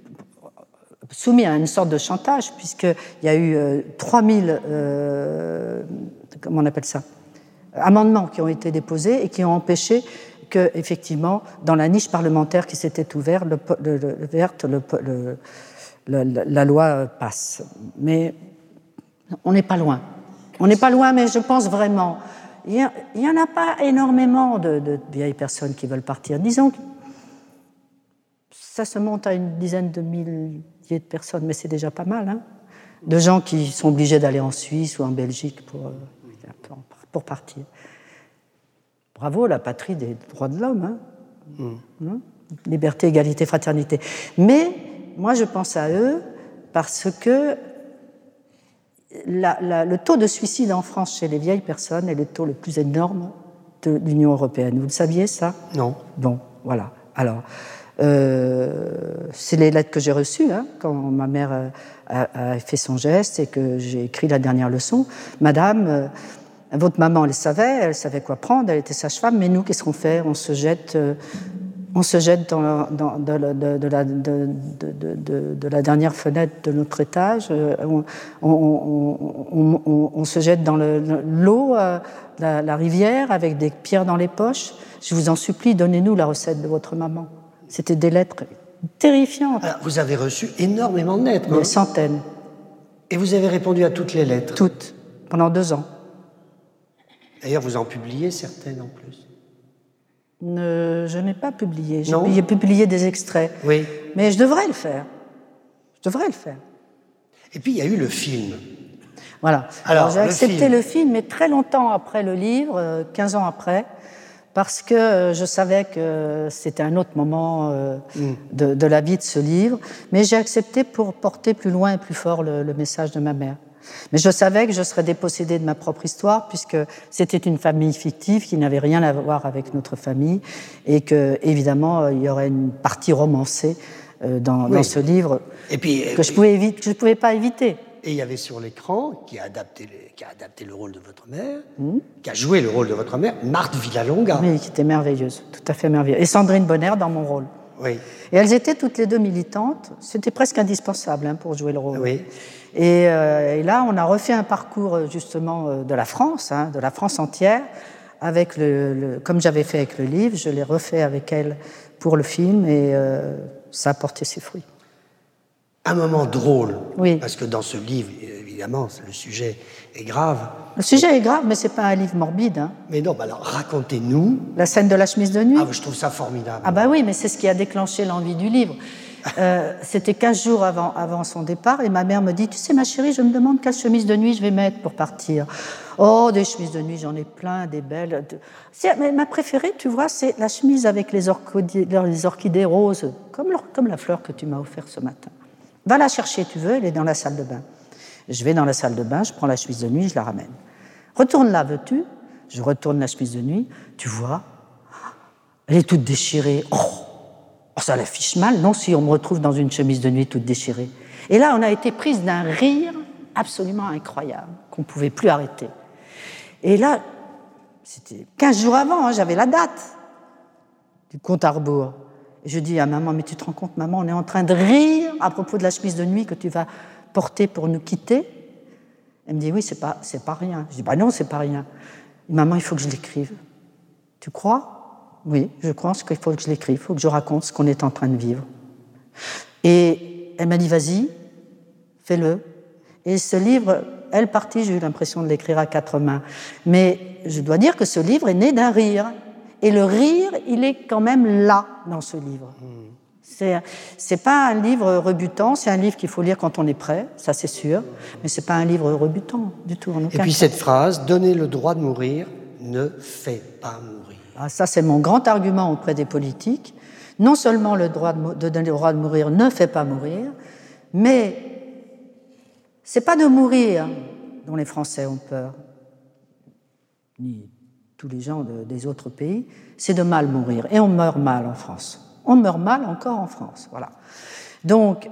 soumis à une sorte de chantage, puisqu'il y a eu euh, trois mille, euh, comment on appelle ça, amendements qui ont été déposés et qui ont empêché que, effectivement, dans la niche parlementaire qui s'était ouverte, le, le, le, verte, le, le, le, la loi passe. Mais on n'est pas loin. On n'est pas loin, mais je pense vraiment, il n'y en a pas énormément de, de vieilles personnes qui veulent partir. Disons que ça se monte à une dizaine de milliers de personnes, mais c'est déjà pas mal, hein, de gens qui sont obligés d'aller en Suisse ou en Belgique pour, euh, pour partir. Bravo, la patrie des droits de l'homme. Hein. Mmh. Hein? Liberté, égalité, fraternité. Mais moi, je pense à eux parce que la, la, le taux de suicide en France chez les vieilles personnes est le taux le plus énorme de l'Union européenne. Vous le saviez, ça? Non. Bon, voilà. Alors, euh, c'est les lettres que j'ai reçues hein, quand ma mère a, a fait son geste et que j'ai écrit la dernière leçon. Madame, euh, votre maman, elle savait, elle savait quoi prendre, elle était sage-femme, mais nous, qu'est-ce qu'on fait? On se jette... Euh, On se jette dans, dans, de, de, de, la, de, de, de, de la dernière fenêtre de notre étage, on, on, on, on, on se jette dans le, l'eau, la, la rivière, avec des pierres dans les poches. Je vous en supplie, donnez-nous la recette de votre maman. C'était des lettres terrifiantes. Alors, vous avez reçu énormément de lettres. Des hein centaines. Et vous avez répondu à toutes les lettres? Toutes, pendant deux ans. D'ailleurs, vous en publiez certaines en plus. Ne, je n'ai pas publié. J'ai publié, publié des extraits. Oui. Mais je devrais le faire. Je devrais le faire. Et puis, il y a eu le film. Voilà. Alors, Alors j'ai accepté film. le film, mais très longtemps après le livre, quinze ans après, parce que je savais que c'était un autre moment euh, mm. de, de la vie de ce livre. Mais j'ai accepté pour porter plus loin et plus fort le, le message de ma mère. Mais je savais que je serais dépossédée de ma propre histoire puisque c'était une famille fictive qui n'avait rien à voir avec notre famille et que, évidemment, il y aurait une partie romancée dans, oui. dans ce livre et puis, que je pouvais évi- que je ne pouvais pas éviter. Et il y avait sur l'écran, qui a adapté le, qui a adapté le rôle de votre mère, mmh. qui a joué le rôle de votre mère, Marthe Villalonga. Oui, qui était merveilleuse, tout à fait merveilleuse. Et Sandrine Bonner dans mon rôle. Oui. Et elles étaient toutes les deux militantes. C'était presque indispensable hein, pour jouer le rôle. Oui. Et, euh, et là, on a refait un parcours justement de la France, hein, de la France entière, avec le, le, comme j'avais fait avec le livre, je l'ai refait avec elle pour le film et euh, ça a porté ses fruits. Un moment drôle, oui. parce que dans ce livre, évidemment, le sujet est grave. Le sujet est grave, mais c'est pas un livre morbide. Hein. Mais non, bah alors racontez-nous. La scène de la chemise de nuit. Ah, je trouve ça formidable. Ah bah oui, mais c'est ce qui a déclenché l'envie du livre. Euh, c'était quinze jours avant, avant son départ et ma mère me dit « Tu sais ma chérie, je me demande quelle chemise de nuit je vais mettre pour partir. » Oh, des chemises de nuit, j'en ai plein, des belles. C'est, mais ma préférée, tu vois, c'est la chemise avec les orchidées, les orchidées roses, comme, comme la fleur que tu m'as offerte ce matin. Va la chercher, tu veux, elle est dans la salle de bain. Je vais dans la salle de bain, je prends la chemise de nuit, je la ramène. Retourne là, veux-tu? Je retourne la chemise de nuit, tu vois, elle est toute déchirée. Oh! Oh, ça l'affiche mal, non, si on me retrouve dans une chemise de nuit toute déchirée. Et là, on a été prise d'un rire absolument incroyable, qu'on ne pouvait plus arrêter. Et là, c'était quinze jours avant, hein, j'avais la date du compte à rebours. Et je dis à maman, mais tu te rends compte, maman, on est en train de rire à propos de la chemise de nuit que tu vas porter pour nous quitter. Elle me dit, oui, c'est pas, c'est pas rien. Je dis, bah non, c'est pas rien. Et, maman, il faut que je l'écrive. Tu crois ? Oui, je pense qu'il faut que je l'écrive, il faut que je raconte ce qu'on est en train de vivre. Et elle m'a dit, vas-y, fais-le. Et ce livre, elle partie, j'ai eu l'impression de l'écrire à quatre mains. Mais je dois dire que ce livre est né d'un rire. Et le rire, il est quand même là, dans ce livre. Mmh. C'est, c'est pas un livre rebutant, c'est un livre qu'il faut lire quand on est prêt, ça c'est sûr, mais c'est pas un livre rebutant du tout. En aucun Et puis cas. Cette phrase, donner le droit de mourir ne fait pas mourir. Ah, ça, c'est mon grand argument auprès des politiques. Non seulement le droit de, de donner le droit de mourir ne fait pas mourir, mais c'est pas de mourir dont les Français ont peur, ni tous les gens de, des autres pays, c'est de mal mourir. Et on meurt mal en France. On meurt mal encore en France. Voilà. Donc,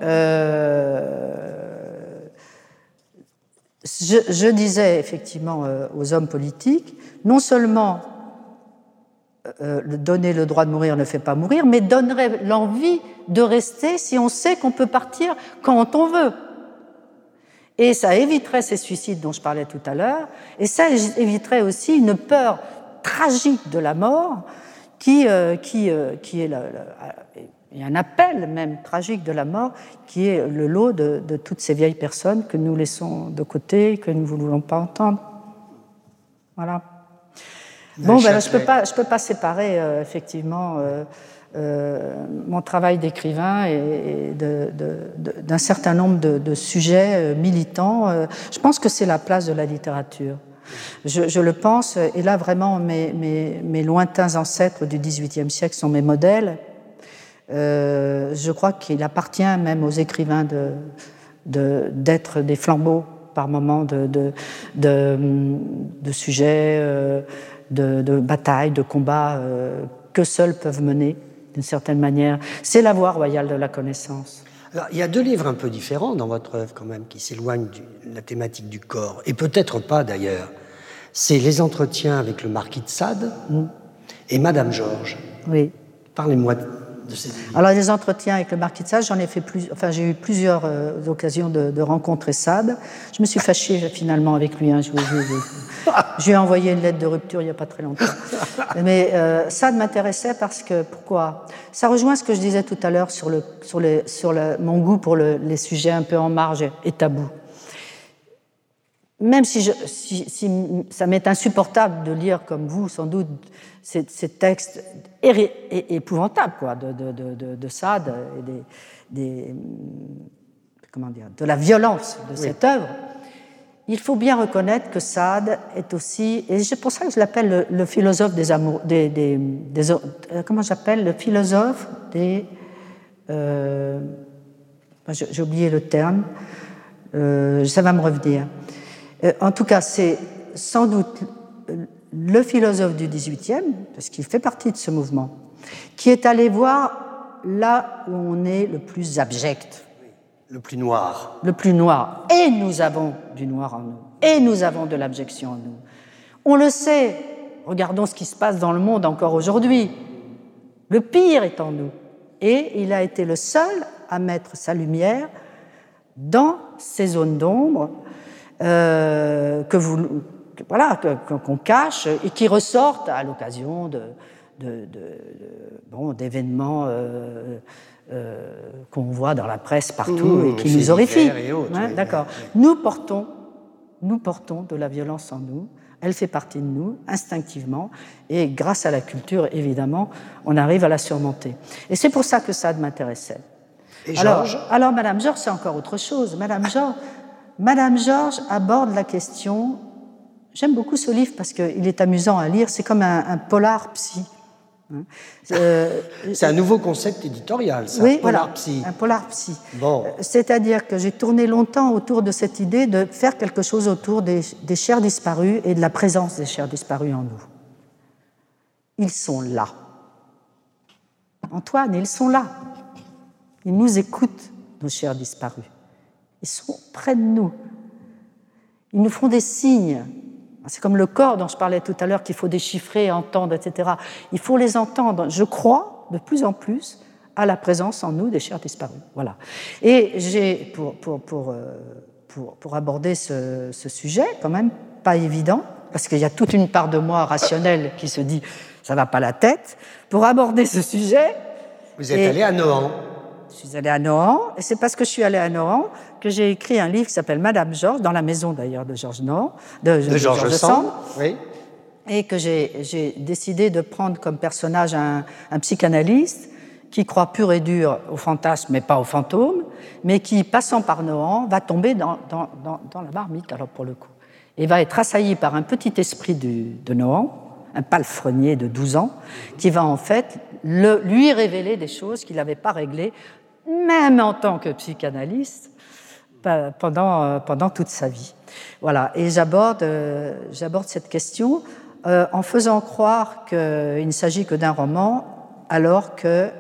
euh, je, je disais effectivement euh, aux hommes politiques, non seulement euh, donner le droit de mourir ne fait pas mourir, mais donnerait l'envie de rester si on sait qu'on peut partir quand on veut. Et ça éviterait ces suicides dont je parlais tout à l'heure, et ça éviterait aussi une peur tragique de la mort, qui, euh, qui, euh, qui est le, le, et un appel même tragique de la mort, qui est le lot de, de toutes ces vieilles personnes que nous laissons de côté, que nous ne voulons pas entendre. Voilà. Bon, ben, je ne peux pas, je peux pas séparer euh, effectivement euh, euh, mon travail d'écrivain et, et de, de, de, d'un certain nombre de, de sujets euh, militants. Euh, je pense que c'est la place de la littérature. Je, je le pense, et là vraiment mes, mes, mes lointains ancêtres du dix-huitième siècle sont mes modèles. Euh, je crois qu'il appartient même aux écrivains de, de, d'être des flambeaux par moments de, de, de, de sujets, euh, de, de batailles, de combats euh, que seuls peuvent mener d'une certaine manière. C'est la voie royale de la connaissance. Alors, il y a deux livres un peu différents dans votre œuvre quand même qui s'éloignent de la thématique du corps, et peut-être pas d'ailleurs. C'est Les Entretiens avec le marquis de Sade mmh. et Madame Georges. Oui. Parlez-moi de ces livres. Alors, les entretiens avec le marquis de Sade, j'en ai fait plus, enfin, j'ai eu plusieurs euh, occasions de, de rencontrer Sade. Je me suis fâchée finalement avec lui. Hein. Je, je, je, je lui ai envoyé une lettre de rupture il n'y a pas très longtemps. Mais euh, Sade m'intéressait parce que, pourquoi ? Ça rejoint ce que je disais tout à l'heure sur, le, sur, le, sur le, mon goût pour le, les sujets un peu en marge et tabous. Même si, je, si, si ça m'est insupportable de lire, comme vous, sans doute, ces, ces textes éré, é, épouvantables, quoi, de, de, de, de Sade et des, des, comment dire, de la violence de oui. cette œuvre, il faut bien reconnaître que Sade est aussi, et c'est pour ça que je l'appelle le, le philosophe des amours, des, des, des, comment j'appelle le philosophe des, euh, j'ai oublié le terme, euh, ça va me revenir. En tout cas, c'est sans doute le philosophe du dix-huitième, parce qu'il fait partie de ce mouvement, qui est allé voir là où on est le plus abject. Le plus noir. Le plus noir. Et nous avons du noir en nous. Et nous avons de l'abjection en nous. On le sait. Regardons ce qui se passe dans le monde encore aujourd'hui. Le pire est en nous. Et il a été le seul à mettre sa lumière dans ces zones d'ombre Euh, que vous, que, voilà, que, qu'on cache et qui ressortent à l'occasion de, de, de, de, bon, d'événements euh, euh, qu'on voit dans la presse partout mmh, et qui nous horrifient. Autres, hein, oui, d'accord. Oui. Nous portons, nous portons de la violence en nous. Elle fait partie de nous instinctivement et grâce à la culture, évidemment, on arrive à la surmonter. Et c'est pour ça que ça m'intéressait. Et alors, Georges alors, Madame Georges, c'est encore autre chose. Madame Georges. Madame Georges aborde la question, j'aime beaucoup ce livre parce qu'il est amusant à lire, c'est comme un, un polar psy. Euh, c'est un nouveau concept éditorial, ça, oui, un polar voilà, psy. un polar psy. Bon. C'est-à-dire que j'ai tourné longtemps autour de cette idée de faire quelque chose autour des, des chers disparus et de la présence des chers disparus en nous. Ils sont là. Antoine, ils sont là. Ils nous écoutent, nos chers disparus. Ils sont près de nous. Ils nous font des signes. C'est comme le corps dont je parlais tout à l'heure, qu'il faut déchiffrer, entendre, et cetera. Il faut les entendre. Je crois de plus en plus à la présence en nous des chers disparus. Voilà. Et j'ai, pour, pour, pour, pour, pour aborder ce, ce sujet, quand même pas évident, parce qu'il y a toute une part de moi rationnelle qui se dit « ça ne va pas la tête », pour aborder ce sujet... Vous êtes allé à Nohant. Je suis allée à Nohant, et c'est parce que je suis allée à Nohant que j'ai écrit un livre qui s'appelle Madame Georges, dans la maison d'ailleurs de Georges Nohant, de, de, de Georges Georges Sand, oui. Et que j'ai, j'ai décidé de prendre comme personnage un, un psychanalyste qui croit pur et dur au fantasme, mais pas aux fantômes, mais qui, passant par Nohant, va tomber dans, dans, dans, dans la marmite, alors pour le coup, et va être assailli par un petit esprit du, de Nohant, un palefrenier de douze ans, qui va en fait le, lui révéler des choses qu'il n'avait pas réglées, même en tant que psychanalyste, pendant, pendant toute sa vie. Voilà, et j'aborde, euh, j'aborde cette question euh, en faisant croire qu'il ne s'agit que d'un roman, alors que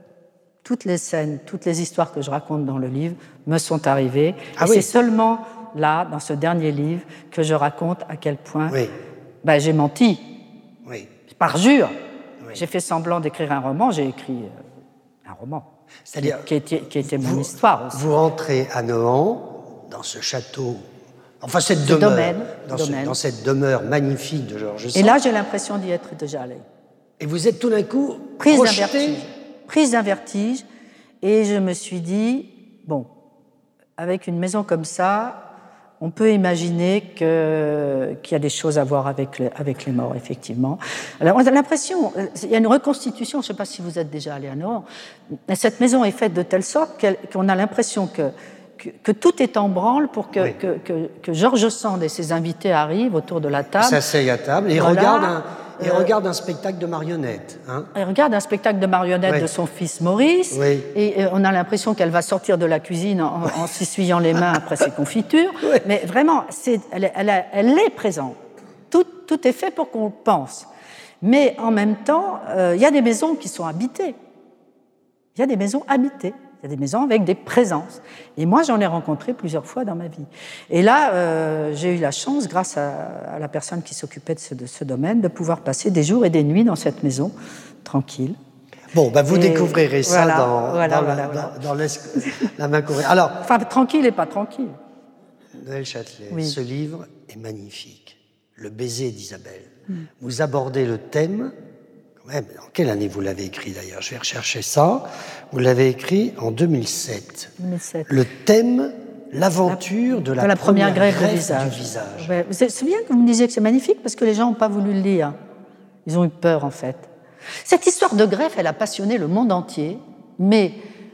toutes les scènes, toutes les histoires que je raconte dans le livre me sont arrivées. Ah et oui. C'est seulement là, dans ce dernier livre, que je raconte à quel point oui. ben, j'ai menti. Oui. Par jure. Oui. J'ai fait semblant d'écrire un roman, j'ai écrit euh, un roman. C'est-à-dire, qui était, qui était mon vous, histoire aussi. Vous rentrez à Nohant, dans ce château, enfin cette demeure, domaine, dans, domaine. Ce, dans cette demeure magnifique de George Sand. Et là, j'ai l'impression d'y être déjà allée. Et vous êtes tout d'un coup prise projeté... d'un vertige. Prise d'un vertige, et je me suis dit, bon, avec une maison comme ça, on peut imaginer que, qu'il y a des choses à voir avec, le, avec les morts, effectivement. Alors, on a l'impression, il y a une reconstitution, je ne sais pas si vous êtes déjà allé à Nohant, mais cette maison est faite de telle sorte qu'on a l'impression que, que, que tout est en branle pour que, oui. que, que, que George Sand et ses invités arrivent autour de la table. Ils s'asseyent à table et voilà. regardent un... Il euh, regarde un spectacle de marionnettes. Hein. Il regarde un spectacle de marionnettes oui. de son fils Maurice. Oui. Et, et on a l'impression qu'elle va sortir de la cuisine en, en s'essuyant les mains après ses confitures. Oui. Mais vraiment, c'est, elle, elle, elle est présente. Tout, tout est fait pour qu'on le pense. Mais en même temps, euh, il y a des maisons qui sont habitées. Il y a des maisons habitées. Il y a des maisons avec des présences. Et moi, j'en ai rencontré plusieurs fois dans ma vie. Et là, euh, j'ai eu la chance, grâce à, à la personne qui s'occupait de ce, de ce domaine, de pouvoir passer des jours et des nuits dans cette maison, tranquille. Bon, bah vous et découvrirez ça voilà, dans, voilà, dans, voilà, la, voilà. dans, dans la main courée. Alors, enfin, tranquille et pas tranquille. Noël Châtelet, oui. Ce livre est magnifique. Le baiser d'Isabelle. Mm. Vous abordez le thème... Même, en quelle année vous l'avez écrit d'ailleurs? Je vais rechercher ça. Vous l'avez écrit en deux mille sept. deux mille sept. Le thème, l'aventure de la, de la première, première grève, grève du visage. Du visage. Ouais. C'est bien que vous me disiez que c'est magnifique parce que les gens n'ont pas voulu le lire. Ils ont eu peur en fait. Cette histoire de greffe, elle a passionné le monde entier, mais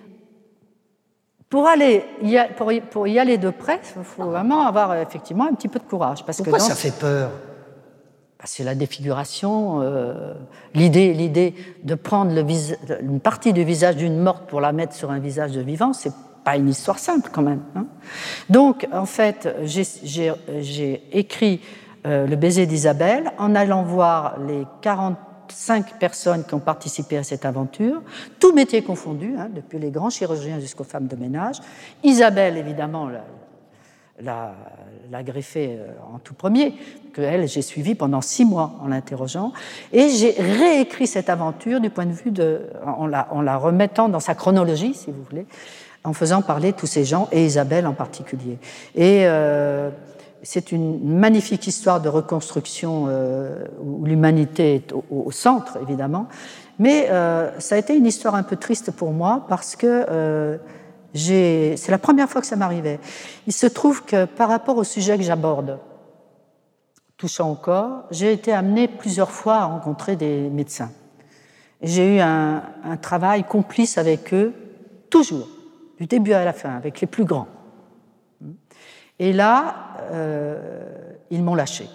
pour, aller y, a, pour, y, pour y aller de près, il faut vraiment avoir effectivement un petit peu de courage. Parce Pourquoi que dans, ça fait peur? C'est la défiguration, euh, l'idée, l'idée de prendre le vis- une partie du visage d'une morte pour la mettre sur un visage de vivant, c'est pas une histoire simple quand même. Hein. Donc, en fait, j'ai, j'ai, j'ai écrit euh, Le baiser d'Isabelle en allant voir les quarante-cinq personnes qui ont participé à cette aventure, tous métiers confondus, hein, depuis les grands chirurgiens jusqu'aux femmes de ménage. Isabelle, évidemment, la, la, la greffée en tout premier, que elle, j'ai suivi pendant six mois en l'interrogeant, et j'ai réécrit cette aventure du point de vue de, en la, en la remettant dans sa chronologie, si vous voulez, en faisant parler tous ces gens, et Isabelle en particulier. Et euh, c'est une magnifique histoire de reconstruction euh, où l'humanité est au, au centre, évidemment, mais euh, ça a été une histoire un peu triste pour moi, parce que euh, j'ai, c'est la première fois que ça m'arrivait. Il se trouve que par rapport au sujet que j'aborde, touchant au corps, j'ai été amenée plusieurs fois à rencontrer des médecins. J'ai eu un, un travail complice avec eux, toujours, du début à la fin, avec les plus grands. Et là, euh, ils m'ont lâché.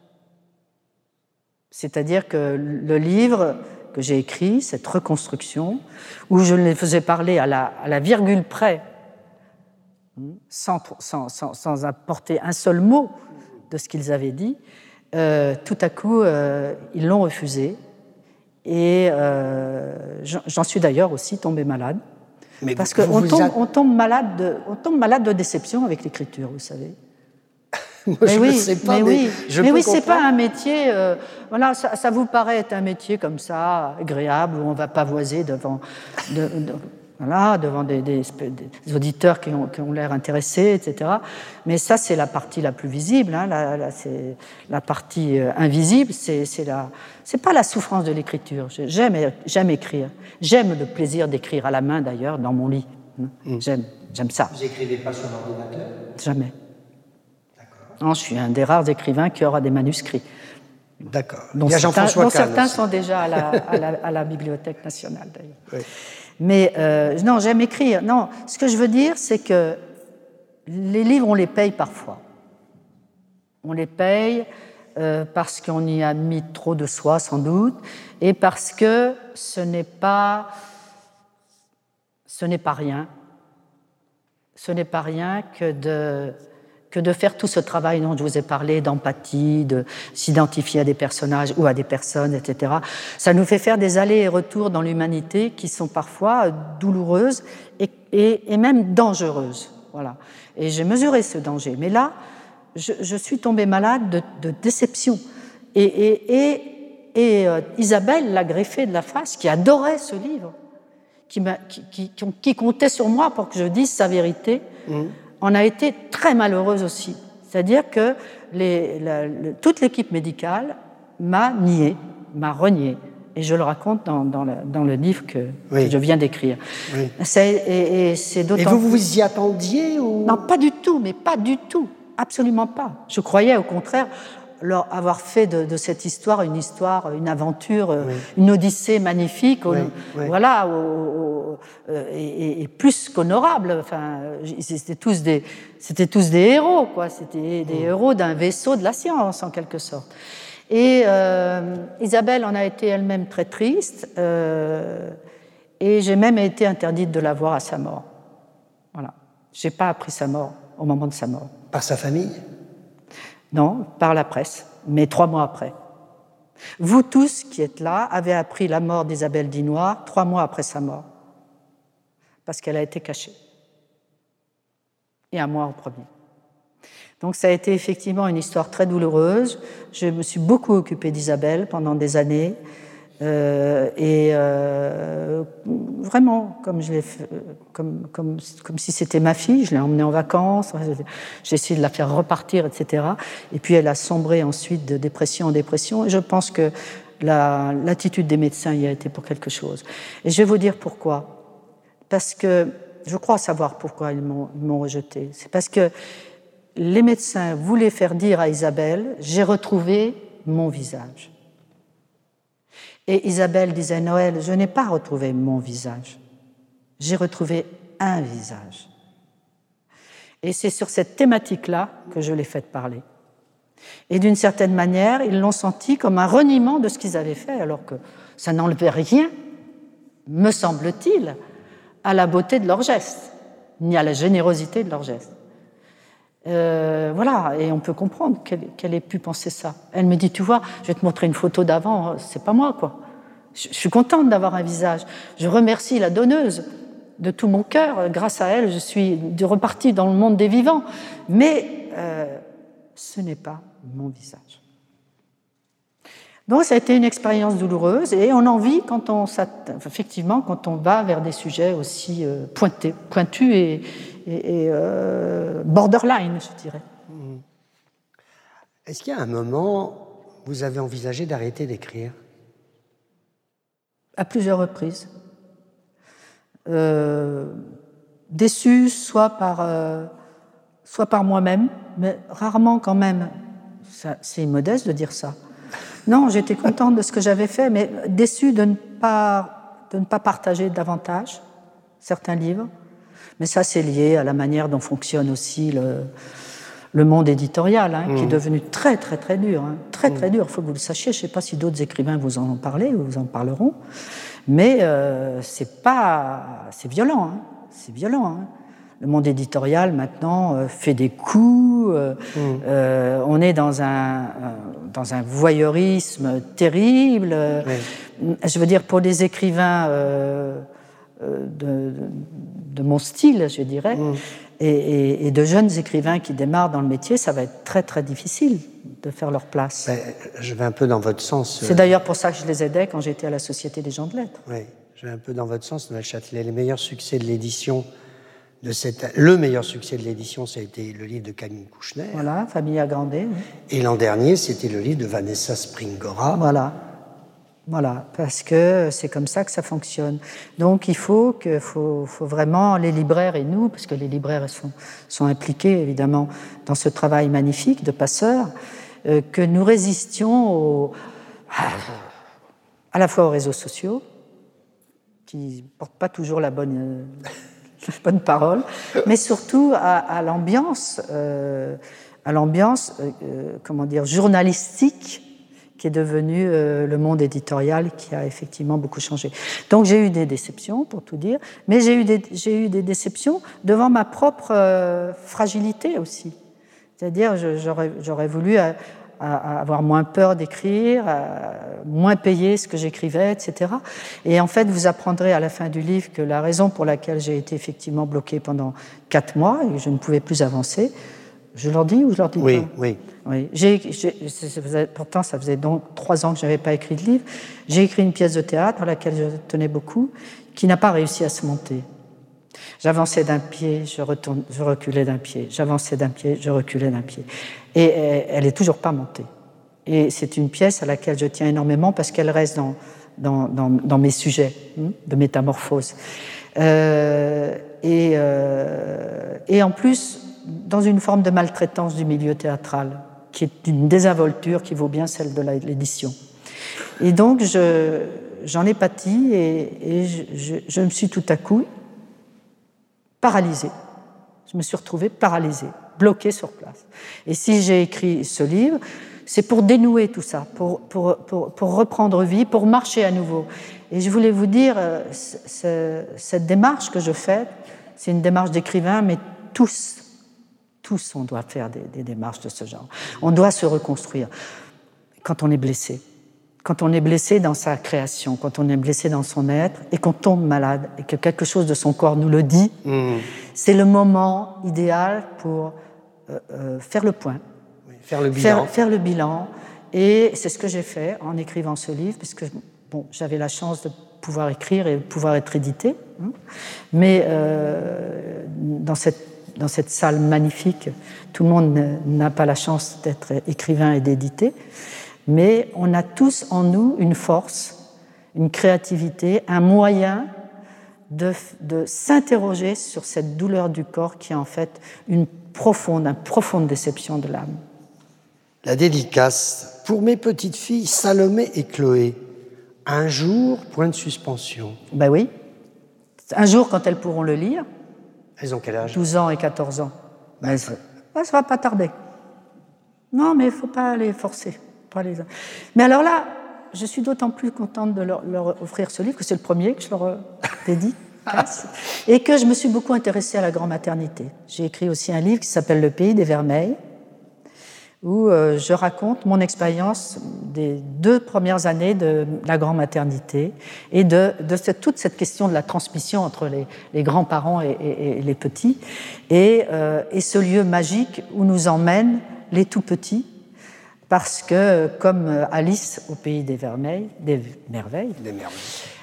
C'est-à-dire que le livre que j'ai écrit, cette reconstruction, où je les faisais parler à la, à la virgule près, sans, sans, sans, sans apporter un seul mot de ce qu'ils avaient dit, euh, tout à coup, euh, ils l'ont refusé. Et euh, j'en suis d'ailleurs aussi tombée malade. Mais parce qu'on tombe, a... on tombe, malade de, on tombe malade de déception avec l'écriture, vous savez. Moi, mais je oui, ne sais pas, mais, mais, oui, je mais peux oui, comprendre. C'est pas un métier. Euh, voilà, ça, ça vous paraît être un métier comme ça, agréable, où on va pavoiser devant, de, de, voilà, devant des, des, des auditeurs qui ont, qui ont l'air intéressés, et cetera. Mais ça, c'est la partie la plus visible. Hein, la, la, c'est la partie euh, invisible, c'est, c'est la, c'est pas la souffrance de l'écriture. J'aime, j'aime écrire. J'aime le plaisir d'écrire à la main, d'ailleurs, dans mon lit. Mmh. J'aime, j'aime ça. Vous écrivez pas sur l'ordinateur ? Jamais. Non, je suis un des rares écrivains qui aura des manuscrits. D'accord. Dont Il y a Jean-François dont certains aussi. sont déjà à la, à la, à la Bibliothèque nationale, d'ailleurs. Oui. Mais euh, non, j'aime écrire. Non, ce que je veux dire, c'est que les livres, on les paye parfois. On les paye euh, parce qu'on y a mis trop de soi, sans doute, et parce que ce n'est pas, ce n'est pas rien. ce n'est pas rien que de, que de faire tout ce travail dont je vous ai parlé, d'empathie, de s'identifier à des personnages ou à des personnes, et cetera. Ça nous fait faire des allers et retours dans l'humanité qui sont parfois douloureuses et, et, et même dangereuses. Voilà. Et j'ai mesuré ce danger. Mais là, je, je suis tombée malade de, de déception. Et, et, et, et euh, Isabelle l'a greffé de la face, qui adorait ce livre, qui, qui, qui, qui comptait sur moi pour que je dise sa vérité, mmh. en a été très malheureuse aussi. C'est-à-dire que les, la, le, toute l'équipe médicale m'a nié, m'a renié. Et je le raconte dans, dans, le, dans le livre que, oui. que je viens d'écrire. Oui. C'est, et, et, c'est d'autant et vous, vous vous y attendiez ou... Non, pas du tout, mais pas du tout. Absolument pas. Je croyais, au contraire, leur avoir fait de, de cette histoire une histoire, une aventure, oui. une odyssée magnifique, oui. Au, oui. voilà, au, au, et, et plus qu'honorable. Enfin, c'était tous des, c'était tous des héros, quoi. C'était des oui. héros d'un vaisseau de la science, en quelque sorte. Et euh, Isabelle en a été elle-même très triste, euh, et j'ai même été interdite de la voir à sa mort. Voilà. J'ai pas appris sa mort au moment de sa mort. Par sa famille ? Non, par la presse, mais trois mois après. Vous tous qui êtes là avez appris la mort d'Isabelle Dinois trois mois après sa mort, parce qu'elle a été cachée. Et à moi en premier. Donc ça a été effectivement une histoire très douloureuse. Je me suis beaucoup occupée d'Isabelle pendant des années. Euh, et euh, vraiment, comme, je l'ai fait, comme, comme, comme si c'était ma fille, je l'ai emmenée en vacances, j'ai essayé de la faire repartir, et cetera. Et puis elle a sombré ensuite de dépression en dépression. Et je pense que la, l'attitude des médecins y a été pour quelque chose. Et je vais vous dire pourquoi. Parce que je crois savoir pourquoi ils m'ont, ils m'ont rejetée. C'est parce que les médecins voulaient faire dire à Isabelle « J'ai retrouvé mon visage ». Et Isabelle disait « Noël, je n'ai pas retrouvé mon visage, j'ai retrouvé un visage ». Et c'est sur cette thématique-là que je l'ai faite parler. Et d'une certaine manière, ils l'ont senti comme un reniement de ce qu'ils avaient fait, alors que ça n'enlevait rien, me semble-t-il, à la beauté de leurs gestes, ni à la générosité de leurs gestes. Euh, voilà, et on peut comprendre qu'elle, qu'elle ait pu penser ça. Elle me dit, tu vois, je vais te montrer une photo d'avant, c'est pas moi, quoi. Je, je suis contente d'avoir un visage. Je remercie la donneuse de tout mon cœur. Grâce à elle, je suis repartie dans le monde des vivants. Mais euh, ce n'est pas mon visage. Donc, ça a été une expérience douloureuse, et on en vit quand on, effectivement, quand on va vers des sujets aussi euh, pointés, pointus et, et, et euh, borderline, je dirais. Est-ce qu'il y a un moment où vous avez envisagé d'arrêter d'écrire ? À plusieurs reprises. Euh, déçue, soit par, euh, soit par moi-même, mais rarement quand même. Ça, c'est immodeste de dire ça. Non, j'étais contente de ce que j'avais fait, mais déçue de ne pas, de ne pas partager davantage certains livres. Mais ça, c'est lié à la manière dont fonctionne aussi le, le monde éditorial, hein, mmh. qui est devenu très, très, très dur. Hein, très, mmh. très dur, il faut que vous le sachiez. Je ne sais pas si d'autres écrivains vous en ont parlé ou vous en parleront, mais euh, c'est pas, c'est violent. Hein, c'est violent. Hein. Le monde éditorial, maintenant, euh, fait des coups. Euh, mmh. euh, on est dans un, euh, dans un voyeurisme terrible. Oui. Je veux dire, pour les écrivains euh, de, de, de mon style, je dirais, mmh. et, et, et de jeunes écrivains qui démarrent dans le métier, ça va être très, très difficile de faire leur place. Ben, je vais un peu dans votre sens. C'est d'ailleurs pour ça que je les aidais quand j'étais à la Société des gens de lettres. Oui, je vais un peu dans votre sens, Noël Châtelet. Les meilleurs succès de l'édition de cette... Le meilleur succès de l'édition, ça a été le livre de Camille Kouchner. Voilà, Famille agrandée. Oui. Et l'an dernier, c'était le livre de Vanessa Springora. Voilà, voilà, parce que c'est comme ça que ça fonctionne. Donc il faut que, faut, faut vraiment, les libraires et nous, parce que les libraires sont, sont impliqués évidemment dans ce travail magnifique de passeurs, euh, que nous résistions au, à la fois aux réseaux sociaux, qui ne portent pas toujours la bonne... Euh, bonne parole, mais surtout à, à l'ambiance, euh, à l'ambiance, euh, comment dire, journalistique qui est devenu euh, le monde éditorial, qui a effectivement beaucoup changé. Donc j'ai eu des déceptions, pour tout dire, mais j'ai eu des, j'ai eu des déceptions devant ma propre euh, fragilité aussi. C'est-à-dire, je, j'aurais, j'aurais voulu à, à avoir moins peur d'écrire, moins payer ce que j'écrivais, et cetera. Et en fait, vous apprendrez à la fin du livre que la raison pour laquelle j'ai été effectivement bloquée pendant quatre mois et que je ne pouvais plus avancer, je leur dis ou je leur dis oui, pas ? Oui, oui. J'ai, j'ai, pourtant, ça faisait donc trois ans que je n'avais pas écrit de livre. J'ai écrit une pièce de théâtre à laquelle je tenais beaucoup, qui n'a pas réussi à se monter. J'avançais d'un pied, je, retourne, je reculais d'un pied. J'avançais d'un pied, je reculais d'un pied. Et elle n'est toujours pas montée. Et c'est une pièce à laquelle je tiens énormément parce qu'elle reste dans, dans, dans, dans mes sujets de métamorphose. Euh, et, euh, et en plus, dans une forme de maltraitance du milieu théâtral, qui est une désinvolture qui vaut bien celle de l'édition. Et donc, je, j'en ai pâti et, et je, je, je me suis tout à coup paralysée. Je me suis retrouvée paralysée, bloquée sur place. Et si j'ai écrit ce livre, c'est pour dénouer tout ça, pour, pour, pour, pour reprendre vie, pour marcher à nouveau. Et je voulais vous dire, ce, cette démarche que je fais, c'est une démarche d'écrivain, mais tous, tous, on doit faire des, des démarches de ce genre. On doit se reconstruire quand on est blessé. Quand on est blessé dans sa création, quand on est blessé dans son être et qu'on tombe malade et que quelque chose de son corps nous le dit, mmh. c'est le moment idéal pour euh, euh, faire le point, oui, faire le bilan. Faire, faire le bilan. Et c'est ce que j'ai fait en écrivant ce livre, parce que bon, j'avais la chance de pouvoir écrire et de pouvoir être édité. Hein. Mais euh, dans, cette, dans cette salle magnifique, tout le monde n'a pas la chance d'être écrivain et d'éditer. Mais on a tous en nous une force, une créativité, un moyen de, de s'interroger sur cette douleur du corps qui est en fait une profonde, une profonde déception de l'âme. La dédicace pour mes petites filles Salomé et Chloé. Un jour, point de suspension. Ben oui. Un jour, quand elles pourront le lire. Elles ont quel âge ? douze ans et quatorze ans. Ben, ça ne va pas tarder. Non, mais il ne faut pas les forcer. Les... Mais alors là, je suis d'autant plus contente de leur, leur offrir ce livre, que c'est le premier que je leur dédie, et que je me suis beaucoup intéressée à la grand-maternité. J'ai écrit aussi un livre qui s'appelle Le Pays des Vermeils, où euh, je raconte mon expérience des deux premières années de la grand-maternité et de, de cette, toute cette question de la transmission entre les, les grands-parents et, et, et les petits, et, euh, et ce lieu magique où nous emmènent les tout-petits, parce que, comme Alice au Pays des Vermeils, des merveilles, des merveilles.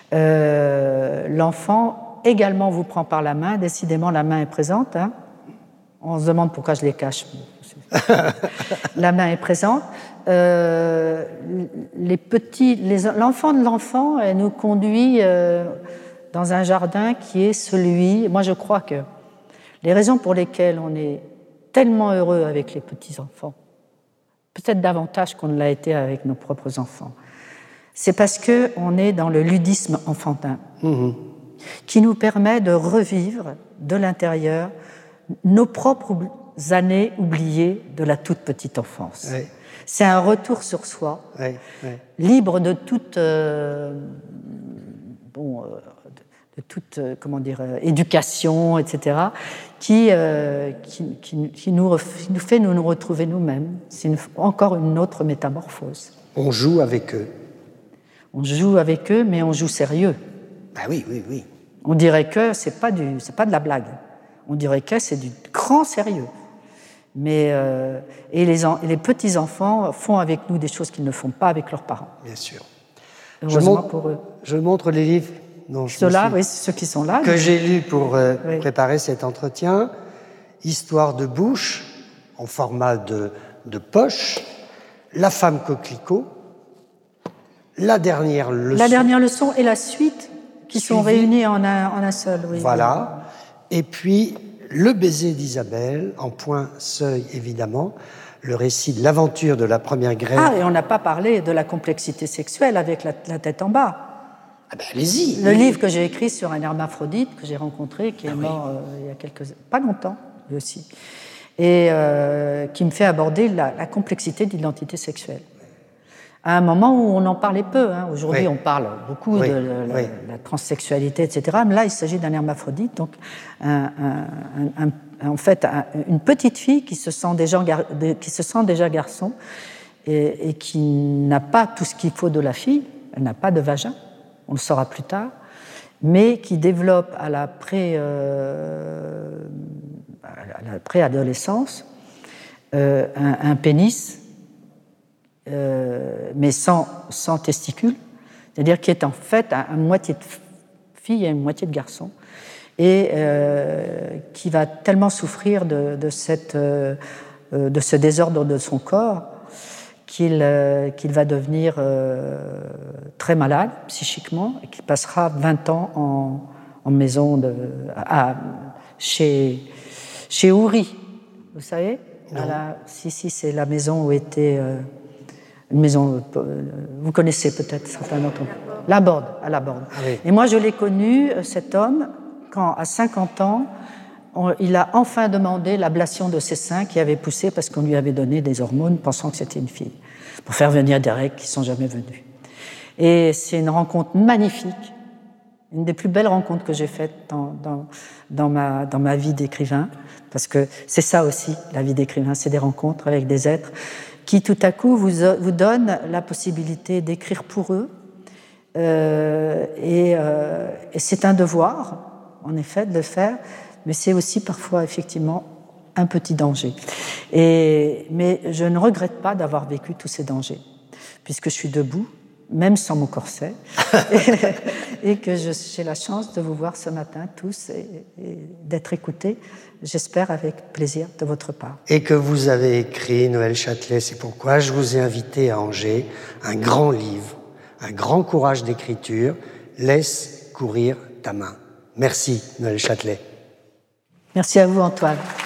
Euh, l'enfant également vous prend par la main. Décidément, la main est présente. Hein. On se demande pourquoi je les cache. La main est présente. Euh, les petits, les, l'enfant de l'enfant elle nous conduit euh, dans un jardin qui est celui... Moi, je crois que les raisons pour lesquelles on est tellement heureux avec les petits-enfants, peut-être davantage qu'on ne l'a été avec nos propres enfants, c'est parce qu'on est dans le ludisme enfantin, mmh. qui nous permet de revivre de l'intérieur nos propres années oubliées de la toute petite enfance. Oui. C'est un retour sur soi, oui, oui. libre de toute, euh, bon, euh, de, de toute euh, comment dire, euh, éducation, et cetera, qui, euh, qui, qui, qui, nous, qui nous fait nous, nous retrouver nous-mêmes. C'est une, encore une autre métamorphose. On joue avec eux. On joue avec eux, mais on joue sérieux. Ah oui, oui, oui. On dirait que c'est pas du, c'est pas de la blague. On dirait que c'est du grand sérieux. Mais euh, et les, en, et les petits enfants font avec nous des choses qu'ils ne font pas avec leurs parents. Bien sûr. Heureusement je montre, pour eux. Je montre les livres. Non, Ceux-là, oui, ceux qui sont là. Que mais... j'ai lus pour euh, oui. préparer cet entretien. Histoire de bouche, en format de, de poche. La femme coquelicot. La dernière leçon. La dernière leçon et la suite qui Suivi. sont réunies en un, en un seul. Oui, voilà. Oui. Et puis, le baiser d'Isabelle, en point seuil évidemment. Le récit de l'aventure de la première grève. Ah, et on n'a pas parlé de la complexité sexuelle avec la, la tête en bas. Ah ben, allez-y. Le oui. livre que j'ai écrit sur un hermaphrodite que j'ai rencontré, qui est ah, mort oui. euh, il y a quelques... pas longtemps, lui aussi, et euh, qui me fait aborder la, la complexité de l'identité sexuelle. à un moment où on en parlait peu. Hein. Aujourd'hui, oui. on parle beaucoup oui. de la, oui. la transsexualité, et cetera. Mais là, il s'agit d'un hermaphrodite, donc un, un, un, un, en fait un, une petite fille qui se sent déjà, qui se sent déjà garçon et, et qui n'a pas tout ce qu'il faut de la fille. Elle n'a pas de vagin, on le saura plus tard, mais qui développe à la, pré, euh, à la préadolescence euh, un, un pénis. Euh, mais sans, sans testicules, c'est-à-dire qui est en fait à, à moitié de fille et une moitié de garçon, et euh, qui va tellement souffrir de, de, cette, euh, de ce désordre de son corps qu'il euh, qu'il va devenir euh, très malade psychiquement et qu'il passera vingt ans en, en maison de, à, chez, chez Ouri, vous savez à la, Si, si, c'est la maison où était... Euh, une maison, vous connaissez peut-être certains d'entre vous. La Borde, à la Borde. Ah oui. Et moi, je l'ai connu, cet homme, quand, à cinquante ans, on, il a enfin demandé l'ablation de ses seins qui avaient poussé parce qu'on lui avait donné des hormones pensant que c'était une fille, pour faire venir des règles qui ne sont jamais venues. Et c'est une rencontre magnifique, une des plus belles rencontres que j'ai faites dans, dans, dans, ma, dans ma vie d'écrivain, parce que c'est ça aussi, la vie d'écrivain, c'est des rencontres avec des êtres qui tout à coup vous, vous donnent la possibilité d'écrire pour eux. Euh, et, euh, et c'est un devoir, en effet, de le faire, mais c'est aussi parfois, effectivement, un petit danger. Et, mais je ne regrette pas d'avoir vécu tous ces dangers, puisque je suis debout, même sans mon corset, et, et que j'ai la chance de vous voir ce matin tous et, et d'être écoutés, j'espère avec plaisir de votre part. Et que vous avez écrit, Noël Châtelet, c'est pourquoi je vous ai invité à Angers, un grand livre, un grand courage d'écriture, Laisse courir ta main. Merci, Noël Châtelet. Merci à vous, Antoine.